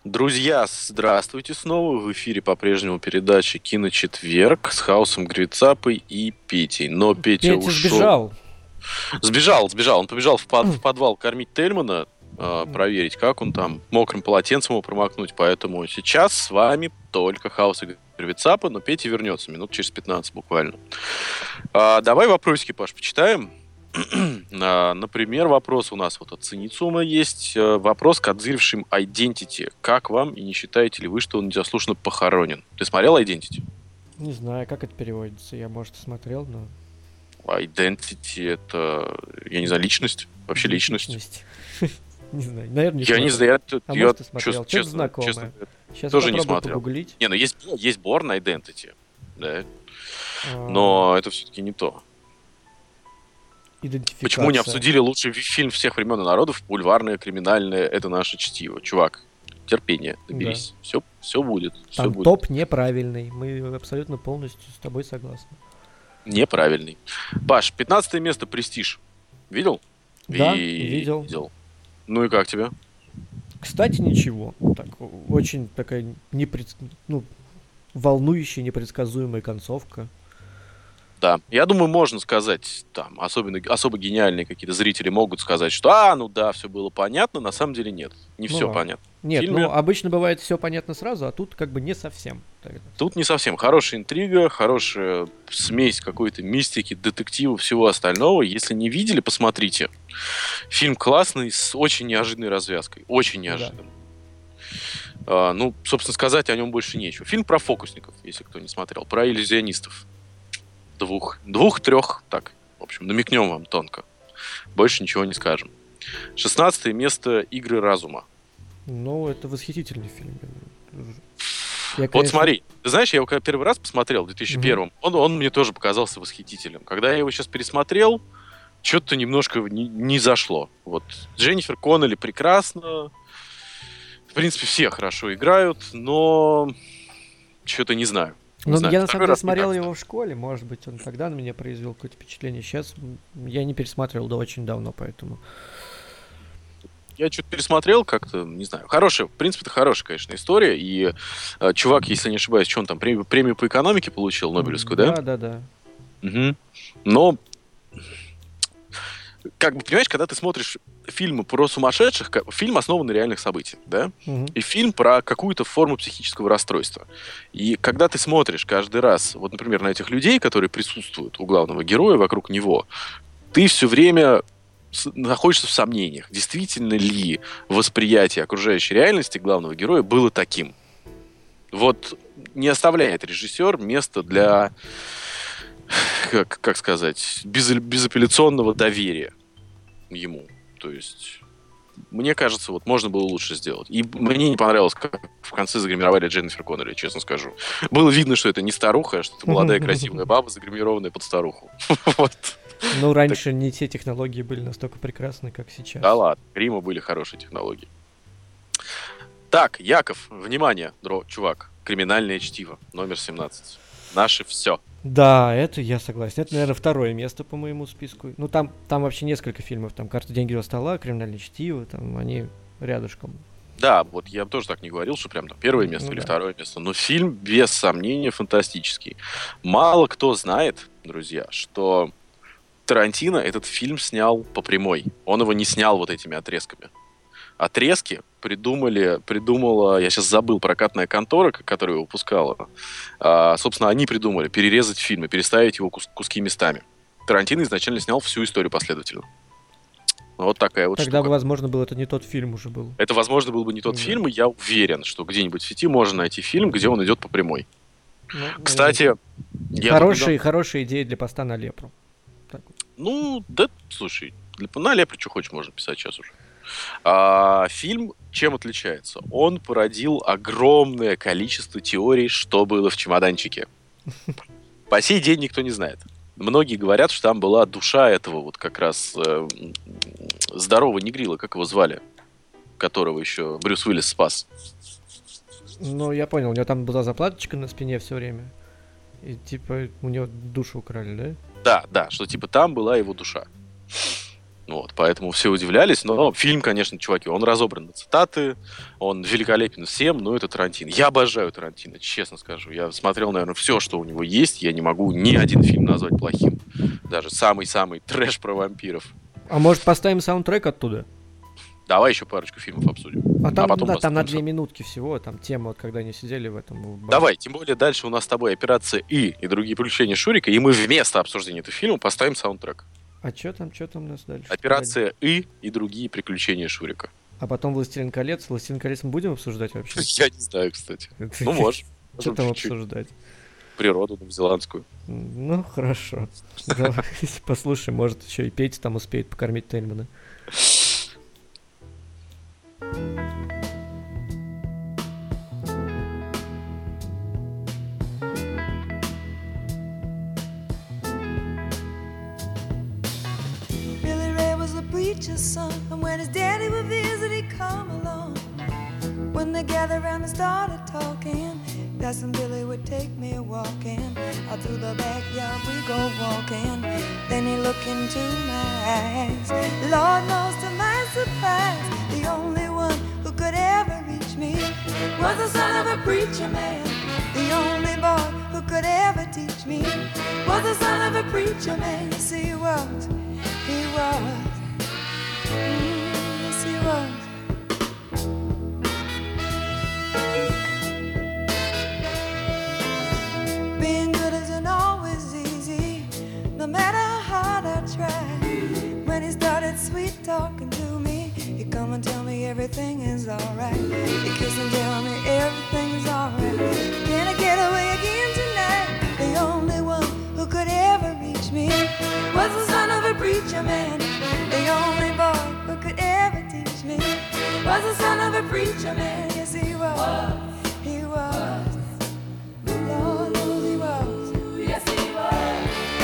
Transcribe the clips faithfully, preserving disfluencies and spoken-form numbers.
Друзья, здравствуйте снова. В эфире по-прежнему передача «Киночетверг» с Хаусом, Грицапой и Петей. Но Петя Петя ушел. сбежал. Сбежал, сбежал. Он побежал в, под- в подвал кормить Тельмана, э, М. проверить, как он там, мокрым полотенцем его промокнуть. Поэтому сейчас с вами только Хаус и Грицапа, но Петя вернется минут через пятнадцать буквально. А, давай вопросики, Паш, почитаем. А, Например, вопрос у нас вот от Ценицума есть. э, Вопрос к отзывшим Identity. Как вам и не считаете ли вы, что он незаслуженно похоронен? Ты смотрел Identity? Не знаю, как это переводится. Я, может, и смотрел, но... Identity — это, я не знаю, личность? Вообще личность? Идентичность. Не знаю, наверное, не Я не смотрел. знаю, я, А я может, и чё- смотрел. Что-то честно, знакомое. честно говоря, Сейчас тоже не попробую смотрел. погуглить. Не, ну есть, есть Born Identity, да, А, но это все-таки не то. Почему не Идентификация. обсудили лучший ви- фильм всех времен и народов? Бульварное, криминальное, это наше чтиво. Чувак, терпение, наберись. Все, все будет, все Там будет. топ неправильный. Мы абсолютно полностью с тобой согласны. Неправильный. Паш, пятнадцатое место «Престиж». Видел? Да, И- видел. Видел. Ну и как тебе? Кстати, ничего. Так, очень такая непред... ну, волнующая, непредсказуемая концовка. Да. Я думаю, можно сказать, там, особенно особо гениальные какие-то зрители могут сказать, что, а, ну да, все было понятно. На самом деле нет. Не Ну все да. понятно. Нет, фильме- ну обычно бывает все понятно сразу, а тут как бы не совсем. тогда. Тут не совсем. Хорошая интрига, хорошая смесь какой-то мистики, детектива, всего остального. Если не видели, посмотрите. Фильм классный, с очень неожиданной развязкой. Очень Да. неожиданно. А, ну, собственно, сказать о нем больше нечего. Фильм про фокусников, если кто не смотрел. Про иллюзионистов. Двух. Двух-трех. Так, в общем, намекнем вам тонко. Больше ничего не скажем. Шестнадцатое место «Игры разума». Ну, это восхитительный фильм. Я, Вот конечно, смотри, ты знаешь, я его когда первый раз посмотрел в две тысячи первом, он, он мне тоже показался восхитителем. Когда я его сейчас пересмотрел, что-то немножко не, не зашло. Вот Дженнифер Коннелли прекрасно, в принципе, все хорошо играют, но что-то не знаю. Не Ну, знаю. я на Второй самом деле раз смотрел никак. его в школе, может быть, он тогда на меня произвел какое-то впечатление. Сейчас я не пересматривал, да, очень давно, поэтому. Я что-то пересмотрел как-то, не знаю. Хорошая, в принципе, это хорошая, конечно, история. И э, чувак, если не ошибаюсь, что он там, премию, премию по экономике получил, Нобелевскую, да? Да, да, да. Мгм. Но, как бы, понимаешь, когда ты смотришь фильмы про сумасшедших, ка- фильм основан на реальных событиях, да? Мгм. И фильм про какую-то форму психического расстройства. И когда ты смотришь каждый раз, вот, например, на этих людей, которые присутствуют у главного героя, вокруг него, ты все время с- находишься в сомнениях, действительно ли восприятие окружающей реальности главного героя было таким. Вот не оставляет режиссер места для, как, как сказать, без, безапелляционного доверия ему. То есть, мне кажется, вот можно было лучше сделать. И мне не понравилось, как в конце загримировали Дженнифер Коннелли, честно скажу. Было видно, что это не старуха, а что это молодая красивая баба, загримированная под старуху. Вот. Ну, раньше не те технологии были настолько прекрасны, как сейчас. Да ладно, грима были хорошие технологии. Так, Яков, внимание, дро, чувак. Криминальное чтиво, номер семнадцать. Наше все. Да, это я согласен. Это, наверное, второе место по моему списку. Ну, там, там вообще несколько фильмов. Там «Карта, деньги, два стола», «Криминальное чтиво», там они рядышком. Да, вот я бы тоже так не говорил, что прям там первое место Ну или да. второе место. Но фильм, без сомнения, фантастический. Мало кто знает, друзья, что Тарантино этот фильм снял по прямой. Он его не снял вот этими отрезками. Отрезки придумали, придумала, я сейчас забыл, прокатная контора, к- которая его выпускала. А, собственно, они придумали перерезать фильм и переставить его кус- куски местами. Тарантино изначально снял всю историю последовательно. Вот такая вот Тогда бы, штука. возможно, был это не тот фильм уже был. Это, возможно, был бы не тот Да. фильм, и я уверен, что где-нибудь в сети можно найти фильм, где он идет по прямой. Ну, Кстати, я тут хорошая, хорошая идея для поста на Лепру. Так вот. Ну, да, слушай, для- на Лепре что хочешь можно писать сейчас уже. А, фильм чем отличается? Он породил огромное количество теорий, что было в чемоданчике. По сей день никто не знает. Многие говорят, что там была душа этого вот как раз э, м, здорового негрила, как его звали, которого еще Брюс Уиллис спас. Ну, я понял, у него там была заплаточка на спине все время. И типа у него душу украли, да? Да, да, что типа там была его душа. Вот, поэтому все удивлялись, но фильм, конечно, чуваки, он разобран на цитаты, он великолепен всем, но это Тарантино. Я обожаю Тарантино, честно скажу. Я смотрел, наверное, все, что у него есть, я не могу ни один фильм назвать плохим. Даже самый-самый трэш про вампиров. А может, поставим саундтрек оттуда? Давай еще парочку фильмов обсудим. А там, а потом да, там на две сам. минутки всего, там тема, вот когда они сидели в этом... Давай, тем более дальше у нас с тобой операция «И» и другие приключения Шурика, и мы вместо обсуждения этого фильма поставим саундтрек. А что там, что там у нас дальше? Операция «И» и другие приключения Шурика. А потом «Властелин колец». «Властелин колец» мы будем обсуждать вообще? Я не знаю, кстати. Ну, можем. Что там обсуждать? Природу новозеландскую. Ну, хорошо. Давай послушаем, может, еще и Петя там успеет покормить Тельмана. Preacher's son, and when his daddy would visit, he'd come along. When they gathered around and started talking, Cousin Billy would take me walking. Out through the backyard we go walking. Then he looked into my eyes. Lord knows to my surprise, the only one who could ever reach me was the son of a preacher man. The only boy who could ever teach me was the son of a preacher man. Yes, he was, he was. Mm, yes, he was. Being good isn't always easy, no matter how hard I try. When he started sweet talking to me, he'd come and tell me everything is alright. He'd kiss and tell me everything is alright. Can I get away again tonight? The only one who could ever reach me was the son of a preacher man. The only boy who could ever teach me was the son of a preacher man. Yes, he was. He was. Lord knows he was. Yes, he was.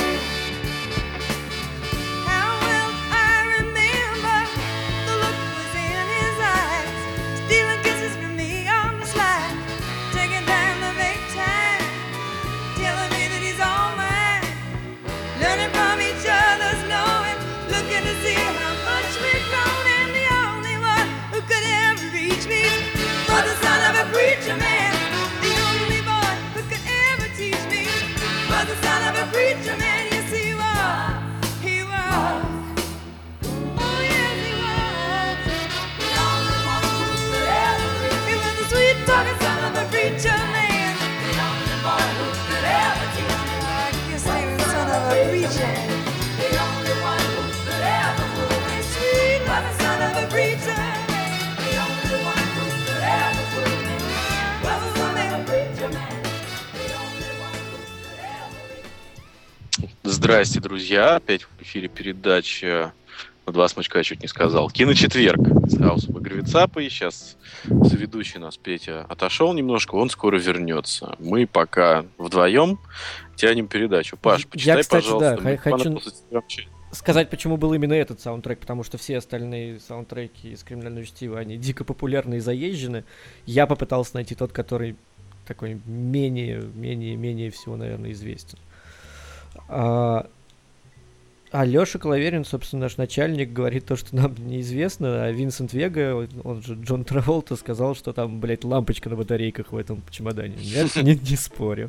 How well I remember the look was in his eyes, stealing kisses from me on the slide, taking time to make time, telling me that he's all mine, learning from each other's knowing, looking to see how much we've grown, and the only one who could ever reach me was the son of a preacher man. The only boy who could ever teach me was the son of a preacher man. Yes, he was. He was. Oh, yes, he was. The only one who could ever reach me. He was the sweet talking son of a preacher man. The only boy who could ever teach me. I guess he was the son of a preacher. The only one who could ever fool me. Sweet was the son of a preacher. The only one who could ever fool me was the son of a preacher man. The only one who could ever reach. Здрасте, друзья. Опять в эфире передача на два смычка, я чуть не сказал. Киночетверг с Хаусом и Гравицапой. Сейчас соведущий нас Петя отошел немножко, он скоро вернется. Мы пока вдвоем тянем передачу. Паш, почитай, Я, кстати, пожалуйста. да, хочу Вообще... сказать, почему был именно этот саундтрек, потому что все остальные саундтреки из «Криминального чтива», они дико популярны и заезжены. Я попытался найти тот, который такой менее, менее, менее всего, наверное, известен. А, а Лёша Клаверин, собственно, наш начальник, говорит то, что нам неизвестно, а Винсент Вега, он же Джон Траволта, сказал, что там, блядь, лампочка на батарейках в этом чемодане. Я не, не спорю.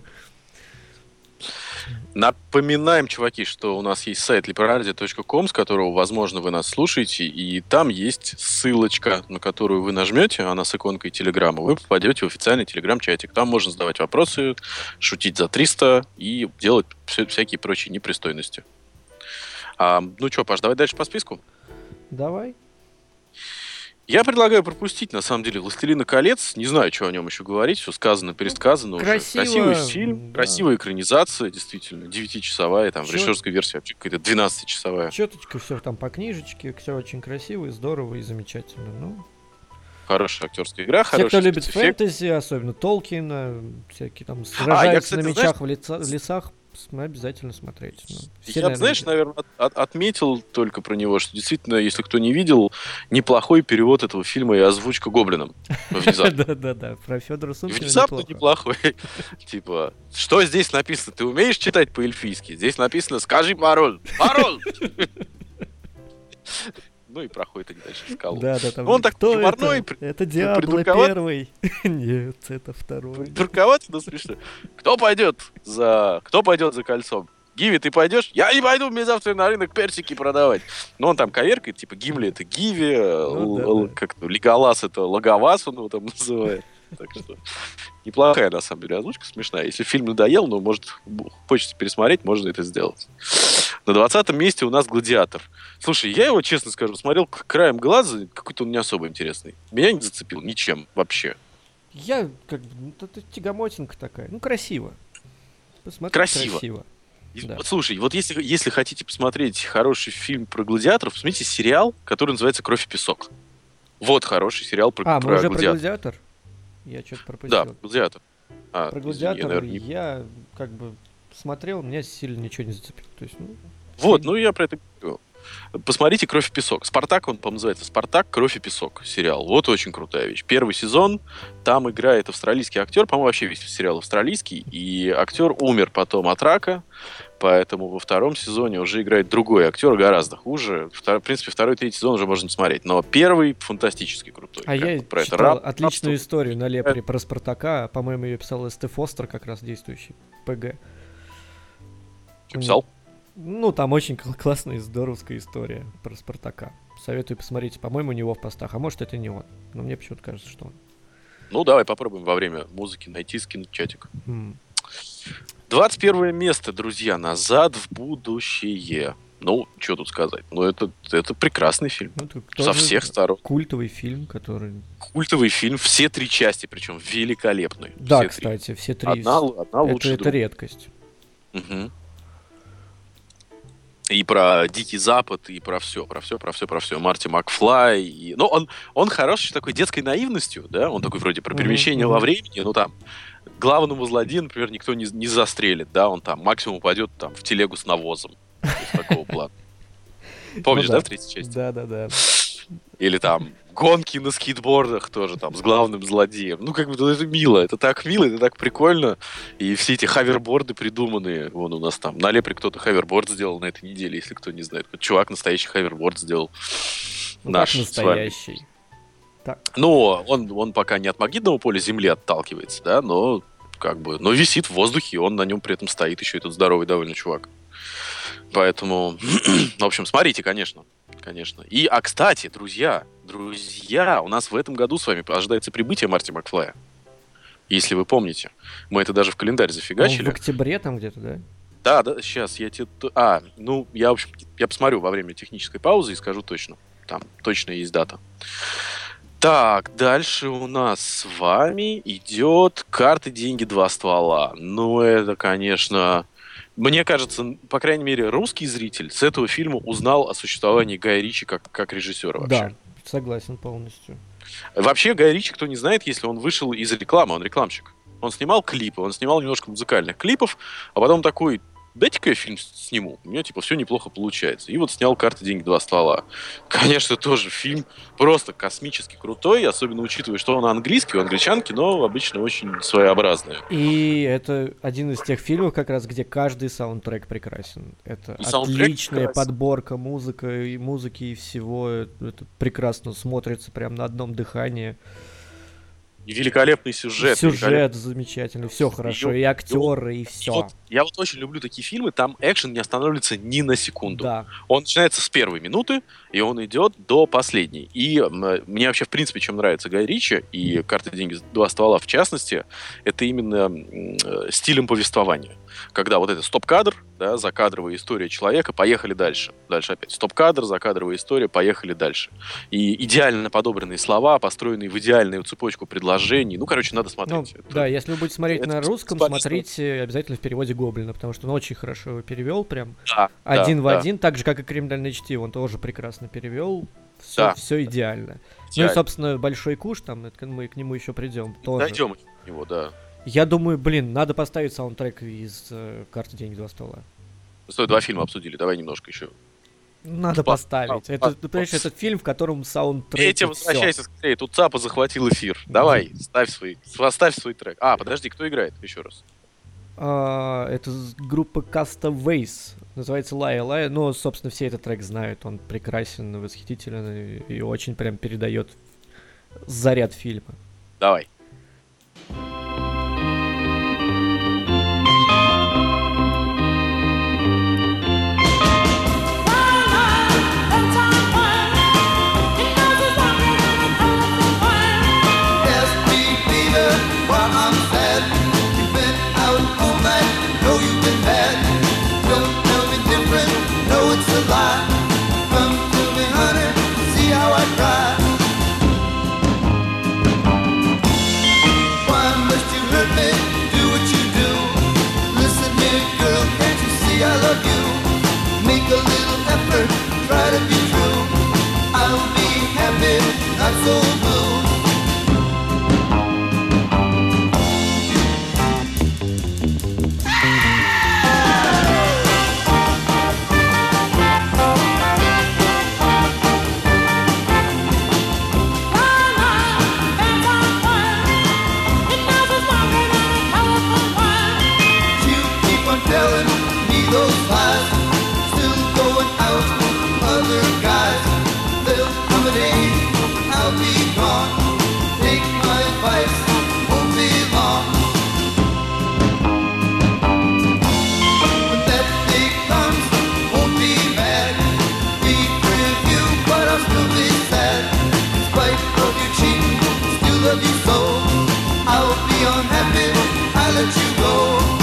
Напоминаем, чуваки, что у нас есть сайт либерарди точка ком, с которого, возможно, вы нас слушаете, и там есть ссылочка, на которую вы нажмете, она с иконкой Телеграма, вы попадете в официальный Телеграм-чатик. Там можно задавать вопросы, шутить за триста и делать все, всякие прочие непристойности. А, ну что, Паш, давай дальше по списку? Давай. Я предлагаю пропустить, на самом деле, «Властелина колец». Не знаю, что о нем еще говорить. Все сказано, пересказано уже. Красиво, Красивый фильм, да. Красивая экранизация, действительно. девятичасовая, там, Чё- в режиссерской версии вообще какая-то двенадцатичасовая. Четочка, все там по книжечке, все очень красиво и здорово и замечательно. Ну, Хорошая актерская игра, те, хороший кто любит спецэффект. фэнтези, особенно Толкина, всякие там я, сражаются кстати, на знаешь- мечах в, лица- в лесах, мы обязательно смотреть. Ну, все, Я, бы, знаешь, наверное, от- от- отметил только про него, что действительно, если кто не видел, неплохой перевод этого фильма и озвучка гоблином. Внезапно. Да-да-да, про Федора Сумкина Внезапно неплохо. неплохой. Типа, что здесь написано? Ты умеешь читать по-эльфийски? Здесь написано «Скажи пароль». Пароль! Ну и проходит они дальше в скалу. Да, да, там. Он такой Кто юморной, это? при- Это Диабло придурковат. первый. Нет, это второй. Придурковатый, но смешно. Кто пойдет за... Кто пойдет за кольцом? Гиви, ты пойдешь? Я не пойду, мне завтра на рынок персики продавать. Но он там коверкает, типа Гимли это Гиви, Ну, л- да, л- да. как-то Леголас это Логовас, он его там называет. Так что неплохая, на самом деле, озвучка, смешная. Если фильм надоел, но, может, б- хочется пересмотреть, можно это сделать. На двадцатом месте у нас «Гладиатор». Слушай, я его, честно скажу, смотрел к- краем глаза, какой-то он не особо интересный. Меня не зацепил ничем вообще. Я как бы, ну, это тягомотинка такая. Ну, красиво. Посмотри, Красиво. красиво. И Да. вот слушай, вот если, если хотите посмотреть хороший фильм про гладиаторов, посмотрите сериал, который называется «Кровь и песок». Вот хороший сериал про, А, мы про уже про гладиатор. гладиатор? Я что-то Да, пропустил. про гладиатор. А, Про извини, я, гладиатор наверное, не- я как бы смотрел, меня сильно ничего не зацепило. То есть, ну, Вот, ну я про это говорю. Посмотрите «Кровь и песок». «Спартак», он, по-моему, называется «Спартак. Кровь и песок» сериал. Вот очень крутая вещь. Первый сезон, там играет австралийский актер, по-моему, вообще весь сериал австралийский, и актер умер потом от рака, поэтому во втором сезоне уже играет другой актер, гораздо хуже. Втор- В принципе, второй, третий сезон уже можно не смотреть, но первый фантастически крутой. А Как я вот про это читал раб- отличную рабство. историю на Лепре про Спартака. По-моему, ее писал Эс Тэ Фостер, как раз действующий ПГ. Чё писал? Ну, там очень кл- классная и здоровская история про Спартака. Советую посмотреть. По-моему, у него в постах. А может, это не он. Но мне почему-то кажется, что он. Ну, давай попробуем во время музыки найти, скинуть чатик. М. двадцать первое место, друзья, «Назад в будущее». Ну, что тут сказать? Ну, это, это прекрасный фильм. Ну, это Со тоже всех сторон. культовый фильм, который... Культовый фильм, все три части, причем великолепные. Да, Все три. кстати, все три. Одна, л- одна это, лучше это другой. редкость. Мгм. И про Дикий Запад, и про все, про все, про все, про все. Марти Макфлай. И... Ну, он, он хорош такой детской наивностью, да? Он такой вроде про Мгм, перемещение мгм. во времени. Ну, там, главному злодею, например, никто не, не застрелит, да? Он там максимум упадет там, в телегу с навозом. То есть такого плана. Помнишь, Ну да, да. в третьей части? Да-да-да. Или там гонки на скейтбордах тоже там с главным злодеем. Ну, как бы ну, это мило, это так мило, это так прикольно. И все эти хаверборды придуманные. Вон у нас там на Лепре кто-то хаверборд сделал на этой неделе, если кто не знает. Вот чувак настоящий хаверборд сделал. Ну, Наш как с вами. настоящий. Так. Но он, он пока не от магнитного поля Земли отталкивается, да, но как бы, но висит в воздухе, и он на нем при этом стоит, еще этот здоровый довольно чувак. Поэтому, в общем, смотрите, конечно, конечно. И, а, кстати, друзья, друзья, у нас в этом году с вами ожидается прибытие Марти Макфлая. Если вы помните. Мы это даже в календарь Он зафигачили. в октябре там где-то, да? Да, да, сейчас я тебе... т- А, ну, я, в общем, я посмотрю во время технической паузы и скажу точно. Там точно есть дата. Так, дальше у нас с вами идет «Карты, деньги, два ствола». Ну, это, конечно... Мне кажется, по крайней мере, русский зритель с этого фильма узнал о существовании Гая Ричи как, как режиссера вообще. Да, согласен полностью. Вообще, Гай Ричи, кто не знает, если он вышел из рекламы, он рекламщик. Он снимал клипы, он снимал немножко музыкальных клипов, а потом такой, дайте-ка я фильм сниму, у меня типа все неплохо получается. И вот снял «Карты, деньги, два ствола». Конечно, тоже фильм просто космически крутой, особенно учитывая, что он английский, у англичанки, но обычно очень своеобразный. И это один из тех фильмов, как раз, где каждый саундтрек прекрасен. Это И саундтрек отличная прекрасен. подборка музыка и музыки и всего. Это, это прекрасно смотрится прям на одном дыхании. И великолепный сюжет. Сюжет великолепный. замечательный, все хорошо, И и актеры, и И все. вот я вот очень люблю такие фильмы, там экшен не останавливается ни на секунду. Да. Он начинается с первой минуты, и он идет до последней. И м, мне вообще, в принципе, чем нравится Гай Ричи, и «Карты, деньги, два ствола» в частности, это именно м, э, стилем повествования. Когда вот это стоп-кадр, да, закадровая история человека, поехали дальше. Дальше опять стоп-кадр, закадровая история, поехали дальше. И идеально подобранные слова, построенные в идеальную цепочку предложений. Ну, короче, надо Ну, смотреть. Это- да, если вы будете смотреть это на русском, бесполезно. смотрите обязательно в переводе Гоблина, потому что он очень хорошо его перевел, прям Да, один да, в да. один, так же, как и «Криминальное чтиво», он тоже прекрасно перевел. Все, Да. все идеально. Ну и, Идеально. собственно, «Большой куш», там, это мы к нему еще придем. Тоже. Найдем его, да. Я думаю, блин, надо поставить саундтрек из э, «Карты, деньги, два ствола». Стоит два фильма обсудили, давай немножко еще. Надо Па- поставить. па- Это, па- ты понимаешь, этот фильм, в котором саундтрек. Петя, возвращайся скорее, тут Цапа захватил эфир. Давай, ставь свой, ставь свой трек. А, подожди, кто играет еще раз? А, это з- группа Castaways. Называется Лая Лая. Ну, собственно, все этот трек знают. Он прекрасен, восхитителен и, и очень прям передает заряд фильма. Давай. Ask me, Peter, why I'm sad. You've been out all night, know you've been bad. Don't tell me different, know it's a lie. Come to me, honey, see how I cry. Why must you hurt me, do what you do? Listen here, girl, can't you see I love you? Make a little effort, try to be true. I'll be happy, not so blue. You keep on telling me those lies, still going out with other guys. There'll come a day I'll be gone. Take my advice, won't be long. When that day comes, won't be mad. Be free of you, but I'll still be sad. In spite of your cheating, still love you so. I'll be unhappy, I let you go.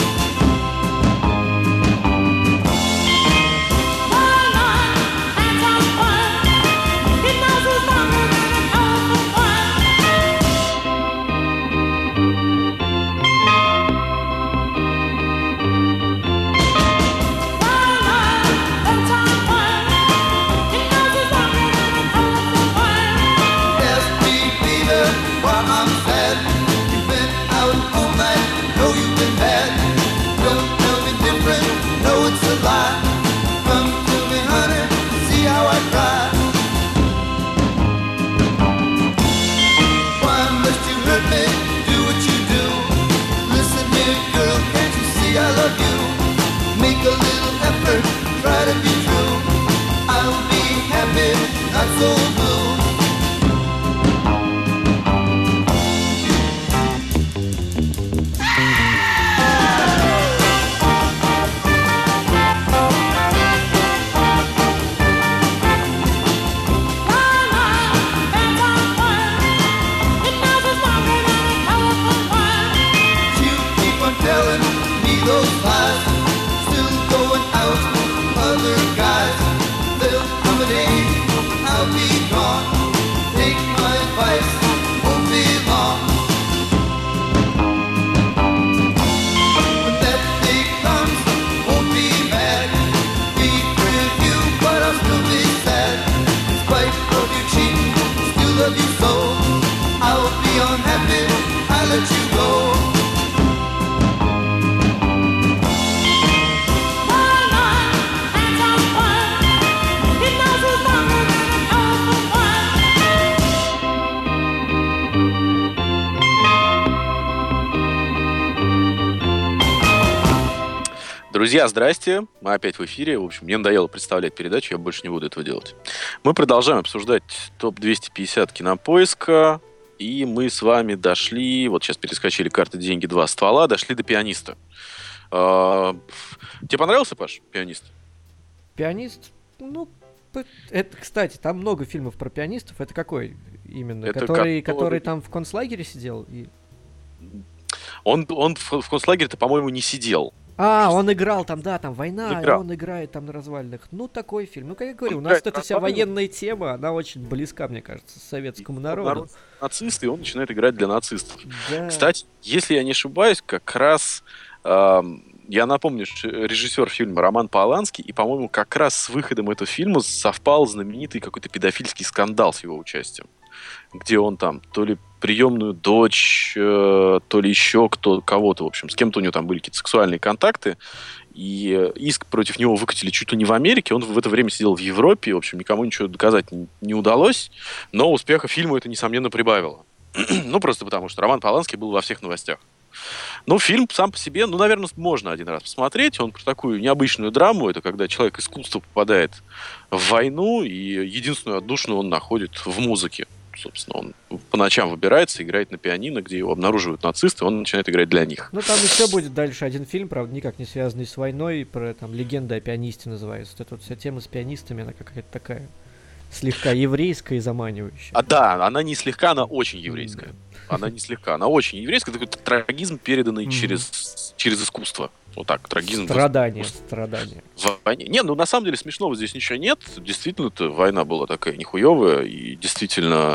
Ask me, Peter, why I'm sad. You've been out all night, know you've been bad. Don't tell me different, know it's a lie. Come to me, honey, see how I cry. Why must you hurt me, do what you do? Listen here, girl, can't you see I love you? Make a little effort, try to be true. I'll be happy, not so blue. You keep on telling me those lies, still going out with other guys. There'll come a day I'll be gone. Take my advice, won't be long. When that day comes, won't be mad. Be free of you, but I'll still be sad. In spite of your cheating, still love you so. I'll be unhappy, I let you go. Друзья, здрасте. Мы опять в эфире. В общем, мне надоело представлять передачу, я больше не буду этого делать. Мы продолжаем обсуждать топ двести пятьдесят Кинопоиска. И мы с вами дошли... Вот сейчас перескочили карты «Деньги. Два ствола». Дошли до «Пианиста». А, тебе понравился, Паш, «Пианист»? Пианист, ну, п- это, кстати, там много фильмов про пианистов. Это какой именно? Это который, который- который там в концлагере сидел? И... Он, он в, в концлагере-то, по-моему, не сидел. А, он играл там, да, там война, и Играл. он играет там на развалинах. Ну, такой фильм. Ну, как я говорю, Он у нас играет эта на вся развалинах. военная тема, она очень близка, мне кажется, советскому народу. Народ нацист, и он начинает играть для нацистов. Да. Кстати, если я не ошибаюсь, как раз эм, я напомню, что режиссер фильма Роман Поланский, и, по-моему, как раз с выходом этого фильма совпал знаменитый какой-то педофильский скандал с его участием, где он там то ли приемную дочь, э, то ли еще кто, кого-то, в общем, с кем-то у него там были какие-то сексуальные контакты, и э, иск против него выкатили чуть ли не в Америке, он в это время сидел в Европе, и, в общем, никому ничего доказать не, не удалось, но успеха фильму это, несомненно, прибавило. Ну, просто потому, что Роман Поланский был во всех новостях. Ну, фильм сам по себе, ну, наверное, можно один раз посмотреть. Он про такую необычную драму. Это когда человек искусства попадает в войну, и единственную отдушину он находит в музыке. Собственно, он по ночам выбирается, играет на пианино, где его обнаруживают нацисты, он начинает играть для них. Ну, там еще будет дальше один фильм, правда, никак не связанный с войной, про там «Легенда о пианисте» называется. Вот эта вот вся тема с пианистами, она какая-то такая слегка еврейская и заманивающая. А да, она не слегка, она очень еврейская. Она не слегка, она очень еврейская. Такой трагизм, переданный Мгм. через, через искусство. Вот так, трагизм. Страдания, страдания. В войне. Не, ну на самом деле смешного здесь ничего нет. Действительно-то война была такая нехуевая. И действительно,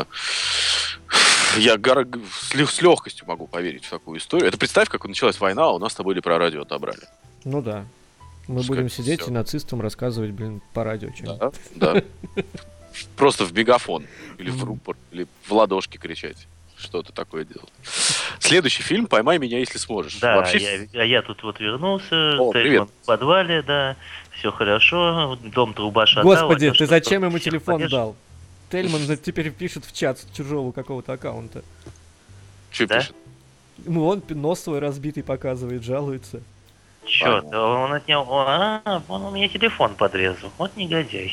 я гор... с, лег- с легкостью могу поверить в такую историю. Это представь, как началась война, а у нас с тобой по радио отобрали. Ну да. Мы Пускай будем сидеть всё. и нацистам рассказывать, блин, по радио что-нибудь. Да, да. Просто в мегафон. Или в Мгм. рупор. Или в ладошки кричать. Что-то такое делать. Следующий фильм «Поймай меня, если сможешь». Да, Вообще, я, а я тут вот вернулся, О, Тельман привет. в подвале, да, все хорошо, дом труба шатал. Господи, а ты что, зачем ему всех телефон поддерживает? дал? Тельман теперь пишет в чат с чужого какого-то аккаунта. что Да? пишет? Ему он пи- нос свой разбитый показывает, жалуется. Чё, Понятно. он от него, а, он у меня телефон подрезал, вот негодяй.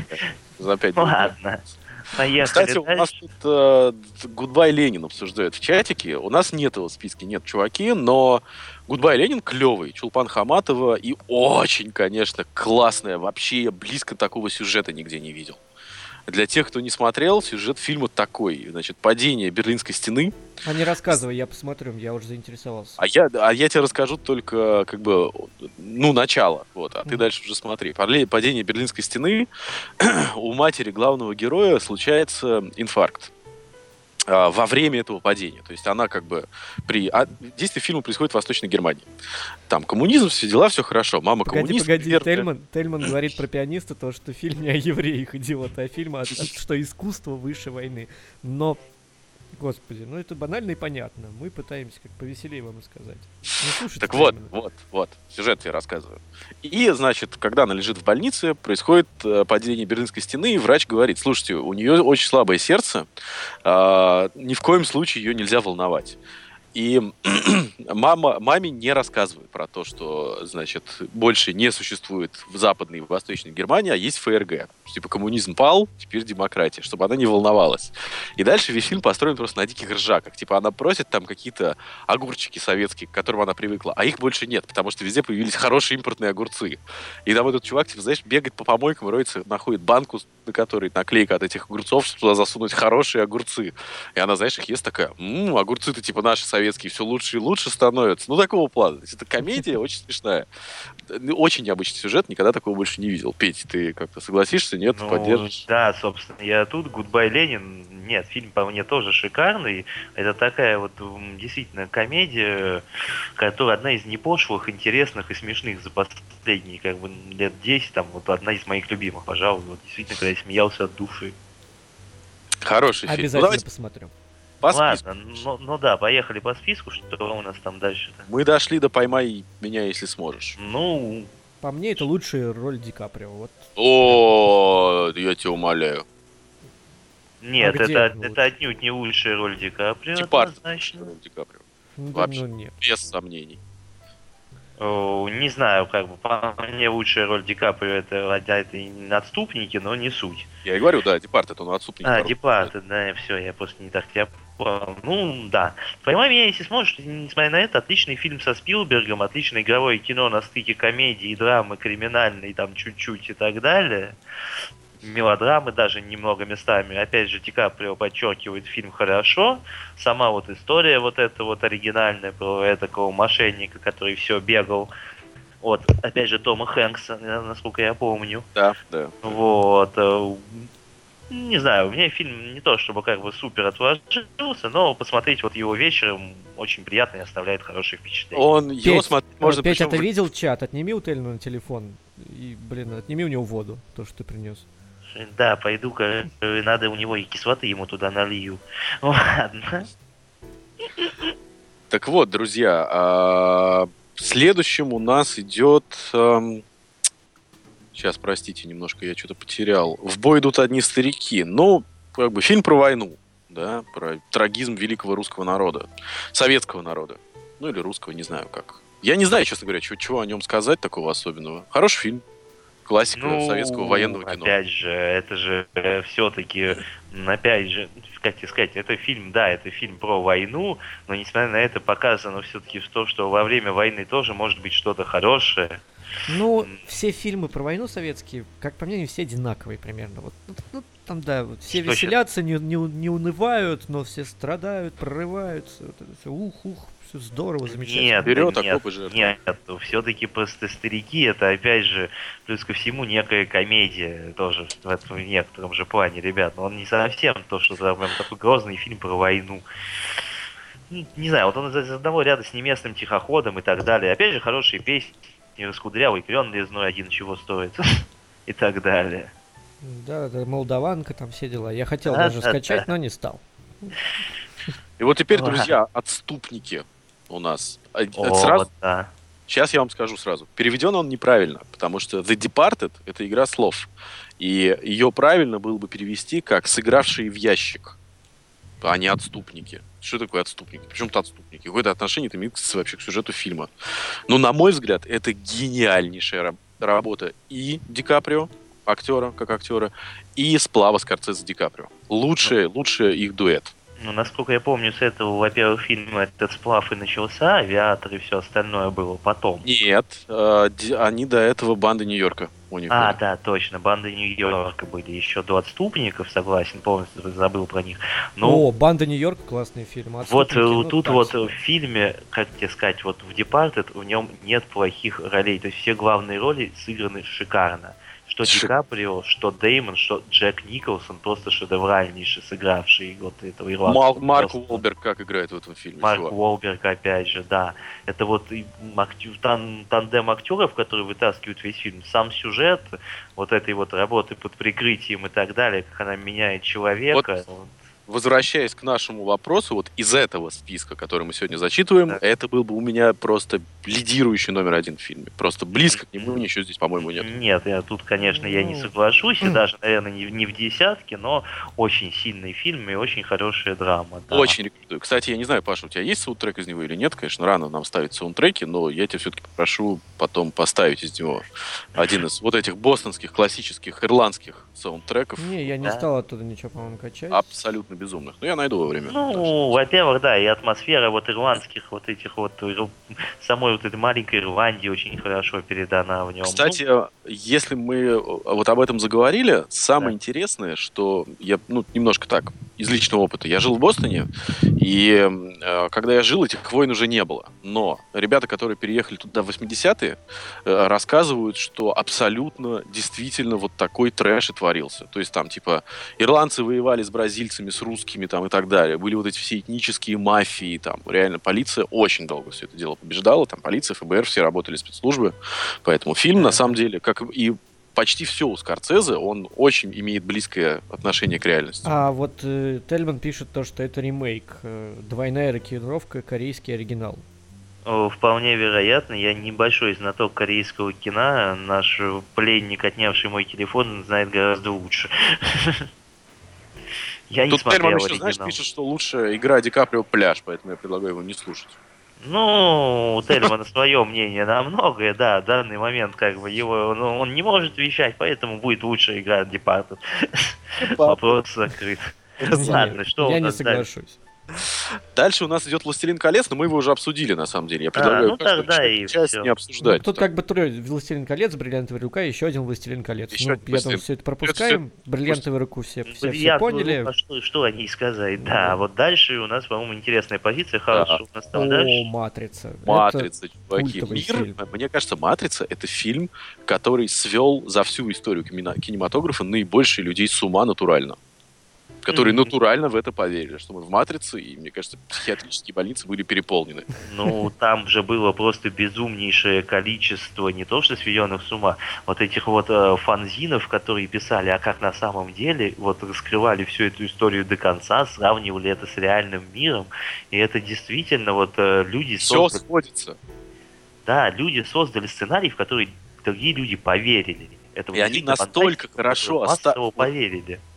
За пять минут. Ладно, поехали Кстати, у нас дальше. тут э, Гудбай Ленин обсуждают в чатике. У нас нет его в списке, нет, чуваки, но Гудбай Ленин клевый, Чулпан Хаматова, и очень, конечно, классная. Вообще я близко такого сюжета нигде не видел. Для тех, кто не смотрел, сюжет фильма такой. Значит, падение Берлинской стены. А не рассказывай, я посмотрю, я уже заинтересовался. А я, а я тебе расскажу только, как бы, ну, начало. Вот, а ты Мгм. дальше уже смотри. Паде- Падение Берлинской стены. У матери главного героя случается инфаркт а, во время этого падения. То есть она как бы при... а, действие фильма происходит в Восточной Германии. Там коммунизм, все дела, все хорошо. Мама Погоди, коммунист. погоди, верная. Тельман, Тельман говорит про пианиста, то, что фильм не о евреях, идиот, а фильм, о- о- что искусство выше войны. Но, господи, ну это банально и понятно. Мы пытаемся как повеселее вам рассказать. Не слушайте Так вот, Тельмана. вот, вот, сюжет я рассказываю. И, значит, когда она лежит в больнице, происходит э, падение Берлинской стены, и врач говорит: слушайте, у нее очень слабое сердце, а, ни в коем случае ее нельзя волновать. И мама, маме не рассказывают про то, что, значит, больше не существует в Западной и в Восточной Германии, а есть ФРГ. Типа коммунизм пал, теперь демократия, чтобы она не волновалась. И дальше весь фильм построен просто на диких ржаках. Типа она просит там какие-то огурчики советские, к которым она привыкла, а их больше нет, потому что везде появились хорошие импортные огурцы. И там этот чувак, типа, знаешь, бегает по помойкам, роется, находит банку, на которой наклейка от этих огурцов, чтобы туда засунуть хорошие огурцы. И она, знаешь, их ест такая: «Ммм, огурцы-то типа наши советские, все лучше и лучше становятся». Ну, такого плана. То есть это комедия очень смешная. Очень необычный сюжет, никогда такого больше не видел. Петь, ты как-то согласишься, нет, Ну, поддержишь? да, собственно, я тут, Гудбай Ленин, нет, фильм по мне тоже шикарный. Это такая вот м, действительно комедия, которая одна из непошлых, интересных и смешных за последние как бы лет десять, там вот одна из моих любимых, пожалуй, вот действительно, когда я смеялся от души. Хороший фильм. Ну, Обязательно давайте посмотрю. по списку. Ладно, ну, ну да, поехали по списку, что у нас там дальше-то? Мы дошли до «Поймай меня, если сможешь». Ну, По мне, это лучшая роль Ди Каприо. Вот. О, я тебя умоляю. нет, А где это, лучше? это отнюдь не лучшая роль Ди Каприо, Департ. однозначно. Ди Каприо. Ну, да, Вообще. ну, нет. Без сомнений. О, не знаю, как бы, по мне лучшая роль Ди Каприо это, хотя это и не отступники, но не суть. Я и говорю, да, Департ, это он отступник. А, Пару. Департ, да, все, я просто не так тебя понял. Ну, да. «Поймай меня, если сможешь», несмотря на это, отличный фильм со Спилбергом, отличное игровое кино на стыке комедии, драмы, криминальной, там, чуть-чуть и так далее. Мелодрамы даже немного местами. Опять же, Ди Каприо подчеркивает фильм хорошо. Сама вот история вот эта вот оригинальная про такого мошенника, который все бегал от, опять же, Тома Хэнкса, насколько я помню. Да, да. Вот. э, Не знаю, мне фильм не то чтобы как бы супер отложился, но посмотреть вот его вечером очень приятно и оставляет хорошее впечатление. Он, его Петь, смотреть можно... Петя, причем ты в- видел чат? Отними у Тельмана телефон. И, блин, отними у него воду, то, что ты принес. Да, пойду-ка, э, надо у него и кислоты ему туда налью. Ладно. Так вот, друзья, а, следующим у нас идет... ам, Сейчас, простите, немножко я что-то потерял. «В бой идут одни старики». Ну, как бы фильм про войну, да, про трагизм великого русского народа, советского народа. Ну или русского, не знаю как. Я не знаю, честно говоря, чего, чего о нем сказать такого особенного. Хороший фильм. Классика Ну, советского военного кино. Опять же, это же все-таки, опять же, как тебе сказать, это фильм, да, это фильм про войну, но несмотря на это показано все-таки то, что во время войны тоже может быть что-то хорошее. Ну, все фильмы про войну советские, как по мне, они все одинаковые примерно. Вот, ну, ну, там, да, вот все Что веселятся, не, не, не унывают, но все страдают, прорываются. Вот это всё, ух, ух, все здорово, замечательно. Нет, Вперед, нет, окопы жертвы. нет, все-таки просто старики, это опять же, плюс ко всему, некая комедия тоже в, этом, в некотором же плане, ребят. Но он не совсем то, что там прям такой грозный фильм про войну. Ну, не знаю, вот он из из одного ряда с неместным тихоходом и так далее. Опять же, хорошие песни, раскудрявый клен лесной один чего стоит и так далее. Да, да, молдаванка, там все дела. Я хотел Да, даже да, скачать, да. но не стал. И вот теперь, Ладно. друзья, отступники у нас. А, это О, сразу- вот да. Сейчас я вам скажу сразу. Переведен он неправильно, потому что The Departed — это игра слов. И ее правильно было бы перевести как «сыгравшие в ящик», а не «отступники». Что такое отступники? Причем тут отступники? Какое-то отношение это имеет вообще к сюжету фильма. Но, на мой взгляд, это гениальнейшая раб- работа и Ди Каприо, актера, как актера, и сплава Скорсезе с Ди Каприо. Лучший, лучший их дуэт. Ну, насколько я помню, с этого, во-первых, фильма этот сплав и начался, «Авиатор» и все остальное было потом. Нет, э, ди- они до этого «Банды Нью-Йорка» у них А, были. да, точно, «Банды Нью-Йорка» были еще до «Отступников», согласен, полностью забыл про них. Ну, О, «Банда Нью-Йорка» классный фильм. вот «Отступники», э, ну, тут так вот себе. в фильме, как тебе сказать, вот в «Департед» в нем нет плохих ролей, то есть все главные роли сыграны шикарно. Что Ди Шик- Каприо, что Деймон, что Джек Николсон, просто шедевральнейший сыгравший вот этого ирландца. Мал- Марк Просто. Уолберг как играет в этом фильме? Марк чувак? Уолберг, опять же, да. Это вот и актю- тан- тандем актеров, которые вытаскивают весь фильм. Сам сюжет вот этой вот работы под прикрытием и так далее, как она меняет человека. Вот. Возвращаясь к нашему вопросу, вот из этого списка, который мы сегодня зачитываем, Да. это был бы у меня просто лидирующий номер один в фильме. Просто близко к нему ничего здесь, по-моему, нет. Нет, я тут, конечно, я не Ну. соглашусь, и даже, наверное, не, в- не в десятке, но очень сильный фильм и очень хорошая драма. Да. Очень рекомендую. Кстати, я не знаю, Паша, у тебя есть саундтрек из него или нет? Конечно, рано нам ставить саундтреки, но я тебя все-таки попрошу потом поставить из него один из вот этих бостонских, классических, ирландских саундтреков. Не, я не Да. стал оттуда ничего, по-моему, качать. Абсолютно безумных. Но я найду во время. Ну, во-первых, да, и атмосфера вот ирландских вот этих вот, ир- самой вот этой маленькой Ирландии очень хорошо передана в нем. Кстати, если мы вот об этом заговорили, самое Да. интересное, что я, ну, немножко так, из личного опыта. Я жил в Бостоне, и э, когда я жил, этих войн уже не было. Но ребята, которые переехали туда в восьмидесятые, э, рассказывают, что абсолютно действительно вот такой трэш и творился. То есть там, типа, ирландцы воевали с бразильцами, с русскими там и так далее. Были вот эти все этнические мафии, там, реально полиция очень долго все это дело побеждала, там полиция, эф бэ эр, все работали спецслужбы. Поэтому фильм, на самом деле, как и почти все у Скорсезе, он очень имеет близкое отношение к реальности. А вот э, Тельман пишет то, что это ремейк. э, двойная рокировка, корейский оригинал. О, вполне вероятно. Я небольшой знаток корейского кино. Наш пленник, отнявший мой телефон, знает гораздо лучше. Я не Тут смотрел Тельман еще, знаешь, оригинал. пишет, что лучше игра Ди Каприо «Пляж», поэтому я предлагаю его не слушать. Ну, у Тельмана свое мнение на многое, да, в данный момент как бы его, ну, он не может вещать, поэтому будет лучшая игра Departed. Вопрос закрыт. Ладно, Нет, что я у не нас дальше? соглашусь. Дальше у нас идет «Властелин колец», но мы его уже обсудили, на самом деле. Я А, предлагаю ну каждую тогда часть- и часть всё. не Ну, обсуждать. тут как бы трое. «Властелин колец», «Бриллиантовая рука» и еще один «Властелин колец». Еще ну, один я «Властелин». думаю, все это пропускаем. «Бриллиантовую руку» все, все, все Бриллиантовую поняли. руку, а что, что о ней сказать? Да, вот дальше у нас, по-моему, интересная позиция. Хаос, Да. что у нас там О, дальше? «Матрица». Это- «Матрица», чуваки. культовый Мир, фильм. мне кажется, «Матрица» — это фильм, который свел за всю историю кинема- кинематографа наибольшее людей с ума натурально. Которые Мгм. натурально в это поверили, что мы в «Матрице», и, мне кажется, психиатрические больницы были переполнены. Ну, там же было просто безумнейшее количество, не то что сведенных с ума, вот этих вот э, фанзинов, которые писали, а как на самом деле, вот раскрывали всю эту историю до конца, сравнивали это с реальным миром, и это действительно вот э, люди Все создали, сходится. да, люди создали сценарий, в который другие люди поверили. Это И они действительно настолько фантастика, в хорошо которую массово оста- поверили.